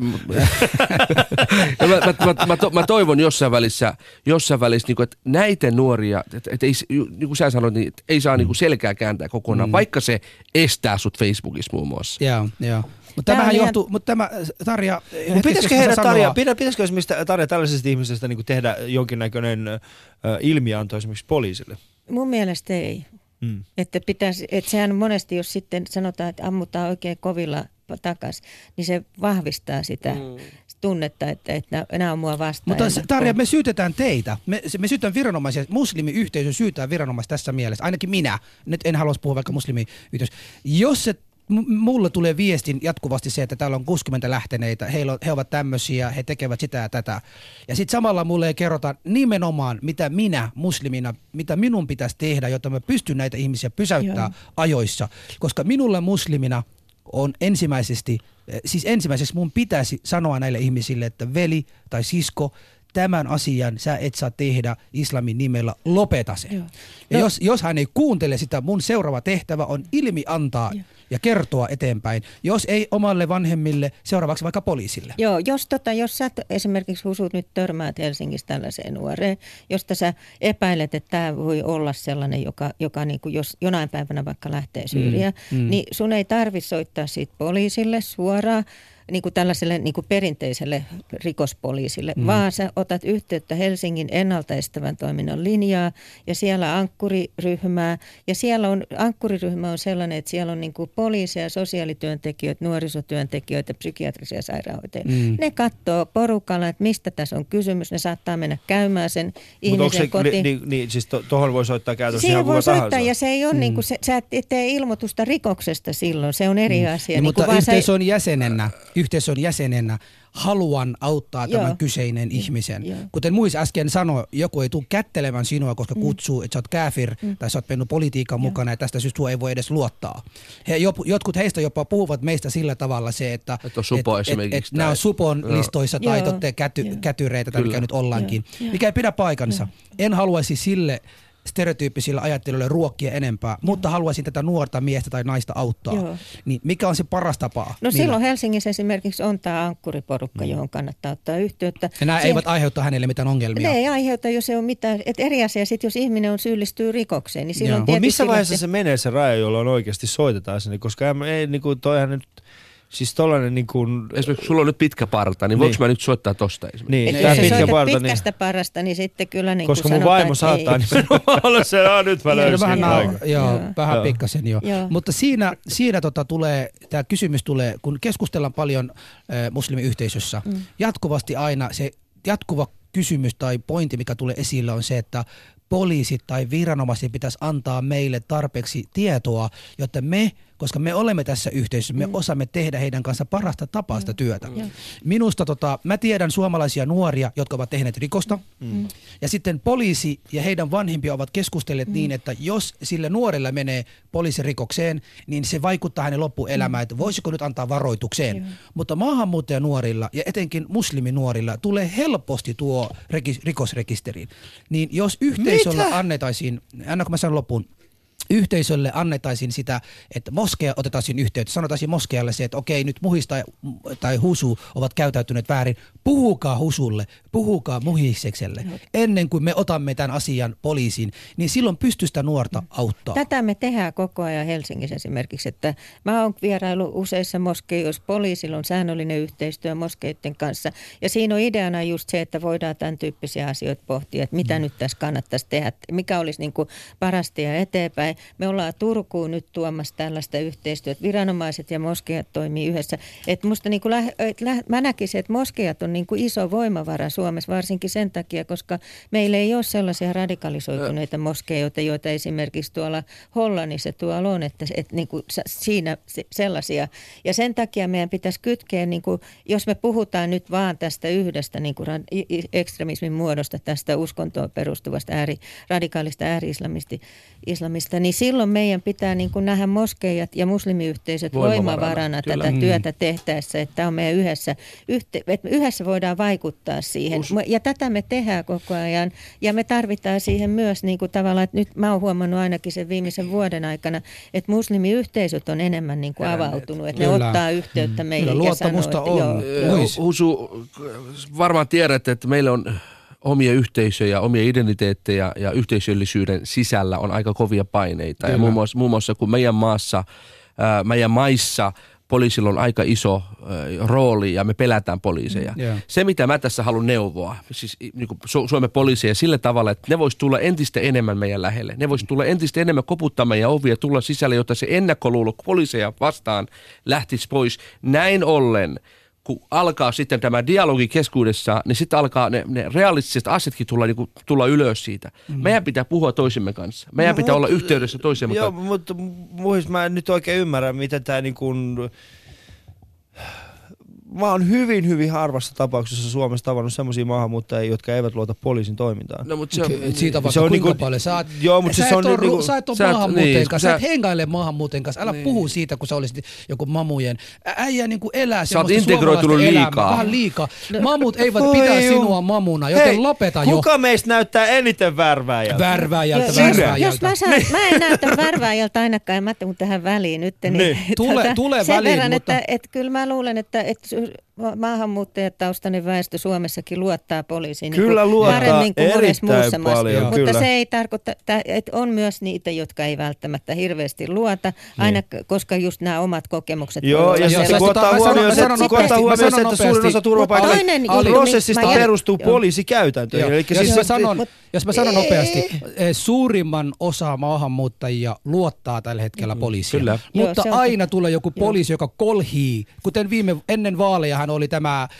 Ja mä, mä, mä, mä, to, mä toivon jossain välissä, jossain välissä niin kuin, että näitä nuoria, että, että ei, niin kuin sä sanoit, niin, että ei saa niin kuin selkää kääntää kokonaan, mm. vaikka se estää sut Facebookissa muun muassa. Joo, joo. Mutta tämähän ihan... johtuu, mutta tämä, Tarja... Mutta pitäisikö heidän Tarja, pitäisikö esimerkiksi Tarja tällaisesta ihmisestä niin kuin tehdä jonkinnäköinen äh, ilmianto esimerkiksi poliisille? Mun mielestä ei. Mm. Että, pitäisi, että sehän monesti, jos sitten sanotaan, että ammutaan oikein kovilla takaisin, niin se vahvistaa sitä mm. tunnetta, että, että nämä on mua vastaan. Mutta Tarja, me syytetään teitä. Me, me syytetään viranomaisia. Muslimiyhteisö syytää viranomaisia tässä mielessä. Ainakin minä. Nyt en halua puhua vaikka muslimiyhteisö. Jos se mulle tulee viestin jatkuvasti se, että täällä on kuusikymmentä lähteneitä, he, he ovat tämmöisiä, he tekevät sitä ja tätä. Ja sitten samalla mulle kerrotaan nimenomaan, mitä minä muslimina, mitä minun pitäisi tehdä, jotta mä pystyn näitä ihmisiä pysäyttää Joo. ajoissa. Koska minulle muslimina on ensimmäisesti, siis ensimmäiseksi mun pitäisi sanoa näille ihmisille, että veli tai sisko, tämän asian sä et saa tehdä islamin nimellä, lopeta se. Joo. Ja no. jos, jos hän ei kuuntele sitä, mun seuraava tehtävä on ilmi antaa Joo. ja kertoa eteenpäin. Jos ei omalle vanhemmille, seuraavaksi vaikka poliisille. Joo, jos, tota, jos sä esimerkiksi Husut nyt törmäät Helsingissä tällaiseen nuoreen, josta sä epäilet, että tämä voi olla sellainen, joka, joka niin kuin jos jonain päivänä vaikka lähtee Syyriaan, mm, mm. niin sun ei tarvitse soittaa siitä poliisille suoraan, niin kuin tällaiselle niin kuin perinteiselle rikospoliisille, mm. vaan sä otat yhteyttä Helsingin ennaltaestävän toiminnan linjaa ja siellä ankkuriryhmää. Ja siellä on, ankkuriryhmä on sellainen, että siellä on niin kuin poliiseja, sosiaalityöntekijöitä, nuorisotyöntekijöitä, psykiatrisia sairaanhoitajia. Mm. Ne katsoo porukalla, että mistä tässä on kysymys. Ne saattaa mennä käymään sen Mut ihmisen se, kotiin. Niin, niin, siis to, tohon voi soittaa käytössä ihan kuka voi soittaa tahansa. Ja se ei ole mm. niin kuin, se, sä et tee ilmoitusta rikoksesta silloin. Se on eri mm. asia. No, niin mutta kuin yhteisön sä... jäsenenä, yhteisön jäsenenä haluan auttaa Joo. tämän kyseinen mm. ihmisen. Joo. Kuten Muis äsken sanoi, joku ei tule kättelemään sinua, koska mm. kutsuu, että sä oot kafir mm. tai sä oot mennyt politiikan Joo. mukana ja tästä syystä sua ei voi edes luottaa. He, jotkut heistä jopa puhuvat meistä sillä tavalla se, että et, et, et, et nämä on supon Joo. listoissa tai totte käty, kätyreitä tai mikä nyt ollaankin. Joo. Mikä ei pidä paikansa. Joo. En haluaisi sille stereotyyppisillä ajattelijoilla ruokkia enempää, Joo. mutta haluaisin tätä nuorta miestä tai naista auttaa. Joo. Niin mikä on se paras tapa? No Millä? silloin Helsingissä esimerkiksi on tämä ankkuriporukka, mm. johon kannattaa ottaa yhteyttä. Ja nämä Siin... eivät aiheuta hänelle mitään ongelmia. Ne ei aiheuta, jos ei ole mitään. Et eri asia sitten, jos ihminen on syyllistyy rikokseen, niin silloin Mutta missä vaiheessa se... se menee se raja, jolloin oikeasti soitetaan sinne? Koska ei, niin kuin, toihan nyt... Siis tollainen niin kuin... Esimerkiksi sulla on nyt pitkä parta, niin voinko niin. mä nyt soittaa tosta esimerkiksi? Niin, jos pitkä sä parta, pitkästä niin... parasta, niin sitten kyllä niin koska kuin mun vaimo saattaa nimenomaan olla se, no nyt mä löysin. Vähän, joo, joo, vähän pikkasen jo. Joo. Mutta siinä, siinä tota tulee, tämä kysymys tulee, kun keskustellaan paljon äh, muslimiyhteisössä, mm. jatkuvasti aina se jatkuva kysymys tai pointti, mikä tulee esille on se, että poliisit tai viranomaiset pitäisi antaa meille tarpeeksi tietoa, jotta me, koska me olemme tässä yhteisössä, me mm. osaamme tehdä heidän kanssa parasta tapaa sitä työtä. Mm. Minusta, tota, mä tiedän suomalaisia nuoria, jotka ovat tehneet rikosta, mm. ja sitten poliisi ja heidän vanhempia ovat keskustelleet mm. niin, että jos sille nuorelle menee poliisirikokseen, niin se vaikuttaa hänen loppuelämään, että voisiko nyt antaa varoitukseen. Mm. Mutta maahanmuuttajanuorilla ja etenkin musliminuorilla tulee helposti tuo rikosrekisteriin. Niin jos yhteisöllä annetaisiin, anna kun mä sanon loppuun, yhteisölle annetaisiin sitä, että moskeja otettaisiin yhteyttä. Sanotaisiin moskejalle se, että okei, nyt muhis tai, tai husu ovat käytäytyneet väärin. Puhukaa husulle, puhukaa muhisekselle. No. Ennen kuin me otamme tämän asian poliisiin, niin silloin pystyy sitä nuorta auttaa. Tätä me tehdään koko ajan Helsingissä esimerkiksi, että mä oon vierailu useissa moskeijoissa, poliisilla on säännöllinen yhteistyö moskeiden kanssa. Ja siinä on ideana just se, että voidaan tämän tyyppisiä asioita pohtia, että mitä mm. nyt tässä kannattaisi tehdä, mikä olisi niin kuin parasta ja eteenpäin. Me ollaan Turkuun nyt tuomassa tällaista yhteistyötä. Viranomaiset ja moskeijat toimii yhdessä. Et musta niin kuin lä- lä- mä näkisin, että moskeijat on niin kuin iso voimavara Suomessa, varsinkin sen takia, koska meillä ei ole sellaisia radikalisoituneita moskeijoita, joita esimerkiksi tuolla Hollannissa tuolla on, että, että niin kuin siinä sellaisia. Ja sen takia meidän pitäisi kytkeä, niin kuin, jos me puhutaan nyt vaan tästä yhdestä niin kuin ekstremismin muodosta, tästä uskontoon perustuvasta ääri, radikaalista ääri-islamista, niin silloin meidän pitää niin kuin nähdä moskeijat ja muslimiyhteisöt voimavarana, voimavarana tätä mm. työtä tehtäessä, että on meidän yhdessä, yhte, että yhdessä voidaan vaikuttaa siihen. Us. Ja tätä me tehdään koko ajan ja me tarvitaan siihen myös niin kuin tavallaan, että nyt mä oon huomannut ainakin sen viimeisen vuoden aikana, että muslimiyhteisöt on enemmän niin kuin avautunut, että Kyllä. ne ottaa yhteyttä mm. meihin Kyllä, ja sanoo, että on. joo. Husu, varmaan tiedätte, että meillä on omia yhteisöjä, omia identiteettejä ja yhteisöllisyyden sisällä on aika kovia paineita. Kyllä. Ja muun muassa, muun muassa kun meidän maassa, ää, meidän maissa poliisilla on aika iso ää, rooli ja me pelätään poliiseja. Yeah. Se, mitä mä tässä haluan neuvoa, siis niin kuin Su- Suomen poliiseja sillä tavalla, että ne vois tulla entistä enemmän meidän lähelle. Ne vois tulla entistä enemmän koputtaa meidän ovia, tulla sisälle, jotta se ennakkoluulo poliiseja vastaan lähtisi pois. Näin ollen, kun alkaa sitten tämä dialogi keskuudessa, niin sitten alkaa ne, ne realistiset asiatkin tulla, niin kuin, tulla ylös siitä. Mm. Meidän pitää puhua toisemme kanssa. Meidän no, pitää mutta, olla yhteydessä toisemme kanssa. Joo, mutta muista mä en nyt oikein ymmärrä, mitä tämä niin kuin... Mä oon hyvin, hyvin harvassa tapauksessa Suomessa tavannut semmoisia maahanmuuttajia, jotka eivät luota poliisin toimintaan. No, mutta se on, siitä on vaikka kuinka niinku, paljon. Sä, oot, joo, mutta sä, se on et niinku, sä et ole maahanmuuttajien niin, kanssa, sä, sä et hengaile maahanmuuttajien kanssa. Älä niin. puhu siitä, kun sä olisit joku mamujen. Äijä niin kuin elää sä oot semmoista integroitunut liikaa. liikaa. Vähän liikaa. Mamut eivät Oi pitää juu. sinua mamuna, joten Hei, lopeta jo. Kuka meistä näyttää eniten värvääjältä? Värvääjältä, jos, värvääjältä. Jos mä, saan, mä en näytä värvääjältä ainakaan, mä tuun tähän väliin nyt. Niin, niin. Tule, tuota, tule sen väliin, verran, mutta... että, että kyllä mä luulen, että, että maahanmuuttajataustainen väestö Suomessakin luottaa poliisiin kyllä niin luottaa paremmin kuin monessa muussa maassa. Mutta kyllä. se ei tarkoita, että on myös niitä, jotka ei välttämättä hirveästi luota, aina niin. koska just nämä omat kokemukset. Joo, ja sitten kun ottaa huomioon, että suurin osa turvapaikkaprosessista perustuu poliisikäytäntöön. Jos mä sanon nopeasti, suurimman osa maahanmuuttajia luottaa tällä hetkellä poliisiin. Kyllä. Mutta joo, aina tulee joku poliisi, joka kolhii. Kuten viime, ennen vaalejahan oli tämä äh,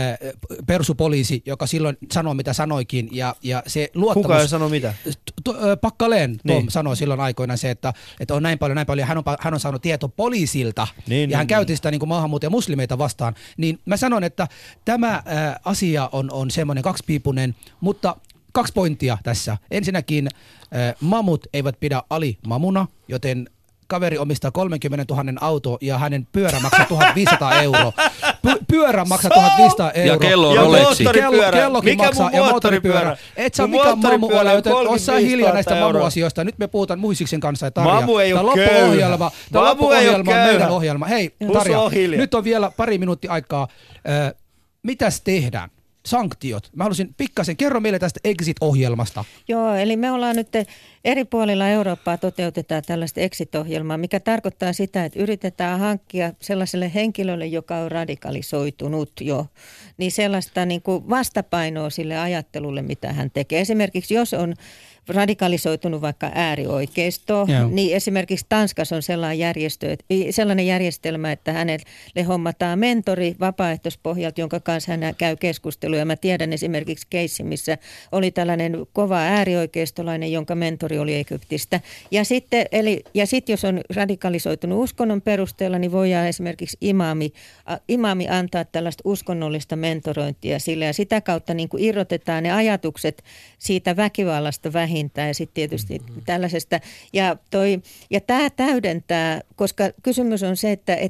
persupoliisi, joka silloin sanoi mitä sanoikin. Ja, ja se luottamus... Kuka ei sano mitä? Pakkaleen Tom niin. sanoi silloin aikoinaan se, että, että on näin paljon, näin paljon. Hän on, hän on saanut tieto poliisilta niin, ja hän niin, käytti niin. sitä niin kuin maahanmuuttajia muslimeita vastaan. Niin mä sanon, että tämä äh, asia on, on semmoinen kaksipiipunen, mutta... Kaksi pointtia tässä. Ensinnäkin äh, mamut eivät pidä alimamuna, joten kaveri omistaa kolmekymmentätuhatta auto ja hänen pyörä maksaa tuhatviisisataa euroa. Py- pyörä maksaa tuhatviisisataa euroa. Ja kello on ja Rolexi. moottoripyörä. Kellokin Mikä maksaa ja moottoripyörä. Et saa mikään mamu ole, joten osaa hiljaa näistä mamuasioista. Nyt me puhutaan Muisiksen kanssa ja Tarja. Mamu ei ole köyhä. Loppuohjelma, tämä loppuohjelma on meidän ohjelma. Hei Tarja, nyt on vielä pari minuuttia aikaa. Äh, mitäs tehdään? Sanktiot. Mä haluaisin pikkasen, kerro meille tästä Exit-ohjelmasta. Joo, eli me ollaan nyt eri puolilla Eurooppaa toteutetaan tällaista Exit-ohjelmaa, mikä tarkoittaa sitä, että yritetään hankkia sellaiselle henkilölle, joka on radikalisoitunut jo, niin sellaista niin kuin vastapainoa sille ajattelulle, mitä hän tekee. Esimerkiksi jos on radikalisoitunut vaikka äärioikeistoon, niin esimerkiksi Tanskassa on sellainen, järjestö, sellainen järjestelmä, että hänelle hommataan mentori vapaaehtoispohjalta, jonka kanssa hän käy keskusteluja. Mä tiedän esimerkiksi keissi, missä oli tällainen kova äärioikeistolainen, jonka mentori oli Egyptistä. Ja sitten, eli, ja sitten jos on radikalisoitunut uskonnon perusteella, niin voidaan esimerkiksi imaami, imaami antaa tällaista uskonnollista mentorointia sille, ja sitä kautta niin kuin irrotetaan ne ajatukset siitä väkivallasta vähintään. Ja sitten tietysti mm-hmm. tällaisesta. Ja, toi, ja tämä täydentää, koska kysymys on se, että, että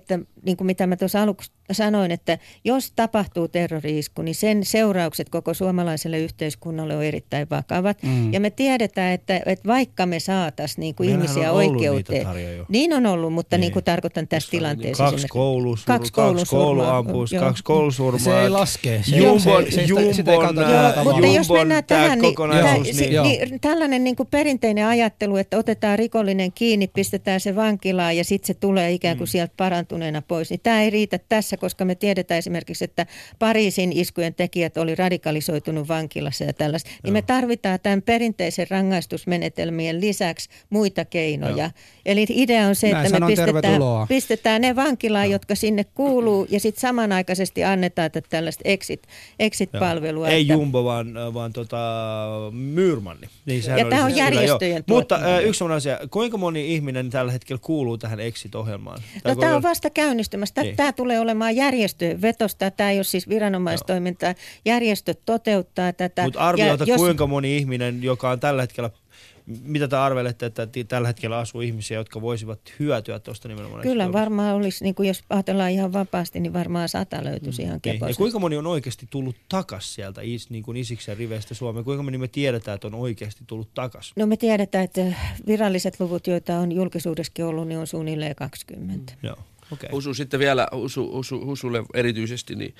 niin kuin mitä mä tuossa aluksi sanoin, että jos tapahtuu terrori-isku, niin sen seuraukset koko suomalaiselle yhteiskunnalle on erittäin vakavat. Mm. Ja me tiedetään, että, että vaikka me saataisiin niin kuin ihmisiä oikeuteen, niin on ollut, mutta niin, niin kuin tarkoitan tässä tilanteessa. Kaksi koulusurmaa, kaksi kouluampuus, kaksi koulusurmaa. Se ei laske. Se Jumbon, se, se, Jumbon, sitä ei kannata joo, mutta jos mennään tähän, niin, kokonaisuus, niin, niin, niin tällainen niin kuin perinteinen ajattelu, että otetaan rikollinen kiinni, pistetään se vankilaan ja sitten se tulee ikään kuin mm. sieltä parantuneena pois, niin tämä ei riitä tässä, koska me tiedetään esimerkiksi, että Pariisin iskujen tekijät oli radikalisoitunut vankilassa ja tällaista. Joo. Niin me tarvitaan tämän perinteisen rangaistusmenetelmien lisäksi muita keinoja. Joo. Eli idea on se, Näin että me pistetään, pistetään ne vankilaan, Joo. jotka sinne kuuluu ja sitten samanaikaisesti annetaan tällaista exit, exit-palvelua. Ei että... Jumbo, vaan, vaan tota, Myyrmanni. Niin, ja tämä on järjestöjen Mutta äh, yksi on asia, kuinka moni ihminen tällä hetkellä kuuluu tähän exit-ohjelmaan? No tämä on vasta käynnistymässä. Niin. Tämä tulee olemaan järjestöjen vetosta. Tämä ei ole siis viranomaistoimintaa. Joo. Järjestöt toteuttaa tätä. Mutta arvioita, jos... kuinka moni ihminen, joka on tällä hetkellä, mitä te arvelette, että tällä hetkellä asuu ihmisiä, jotka voisivat hyötyä tuosta nimenomaan? Kyllä varmaan olisi, niin kuin jos ajatellaan ihan vapaasti, niin varmaan sata löytyisi mm. ihan kepoisesti. Ja kuinka moni on oikeasti tullut takaisin sieltä niin kuin Isiksen riveistä Suomeen? Kuinka moni me tiedetään, että on oikeasti tullut takaisin? No me tiedetään, että viralliset luvut, joita on julkisuudessakin ollut, niin on suunnilleen kaksikymmentä. Mm. Joo. Okay. Husu sitten vielä, Husu, Husu, Husulle erityisesti, niin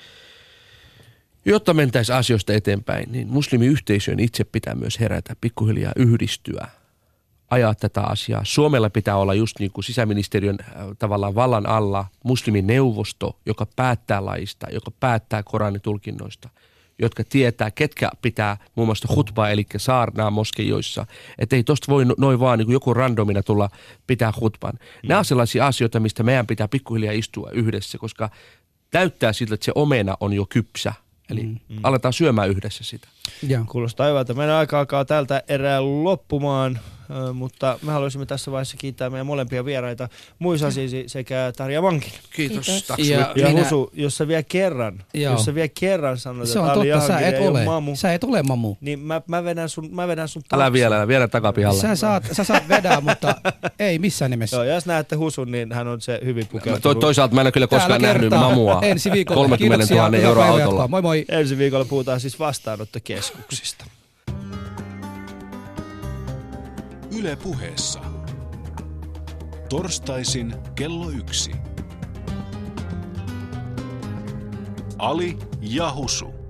jotta mentäisiin asioista eteenpäin, niin muslimiyhteisöön itse pitää myös herätä, pikkuhiljaa yhdistyä, ajaa tätä asiaa. Suomella pitää olla just niin kuin sisäministeriön äh, tavallaan vallan alla muslimineuvosto, joka päättää laista, joka päättää Koranitulkinnoista, jotka tietää, ketkä pitää muun muassa hutbaa, eli saarnaa moskeijoissa. Että ei tosta voi noin vaan niin kuin joku randomina tulla pitää hutban. Mm. Nämä on sellaisia asioita, mistä meidän pitää pikkuhiljaa istua yhdessä, koska täyttää siltä, että se omena on jo kypsä. Eli mm, mm. aletaan syömään yhdessä sitä. Ja. Kuulostaa hyvältä. Meidän aika alkaa tältä erää loppumaan, äh, mutta me haluaisimme tässä vaiheessa kiittää meidän molempia vieraita, Muisa Azizi sekä Tarja Mankin. Kiitos. Kiitos. Ja, ja minä... Husu, jos sä vielä kerran, Joo. jos sä vielä kerran sanot, että Ali Jahangiri ei ole mamu. Sä et ole mamu. Niin mä, mä vedän sun, mä vedän sun taakse. Älä vielä, älä vielä takapihalle. Sä saat, sä saat vedää, mutta ei missään nimessä. Joo, jos näette Husun, niin hän on se hyvin pukeutunut. To, toisaalta mä en ole kyllä koskaan nähnyt mamua. Ensi viikolla. kolmekymmentätuhatta euroa autolla. Moi moi. Ensi viikolla puhutaan siis vastaanottokeskuksista. Yle Puheessa. Torstaisin kello yksi. Ali ja Husu.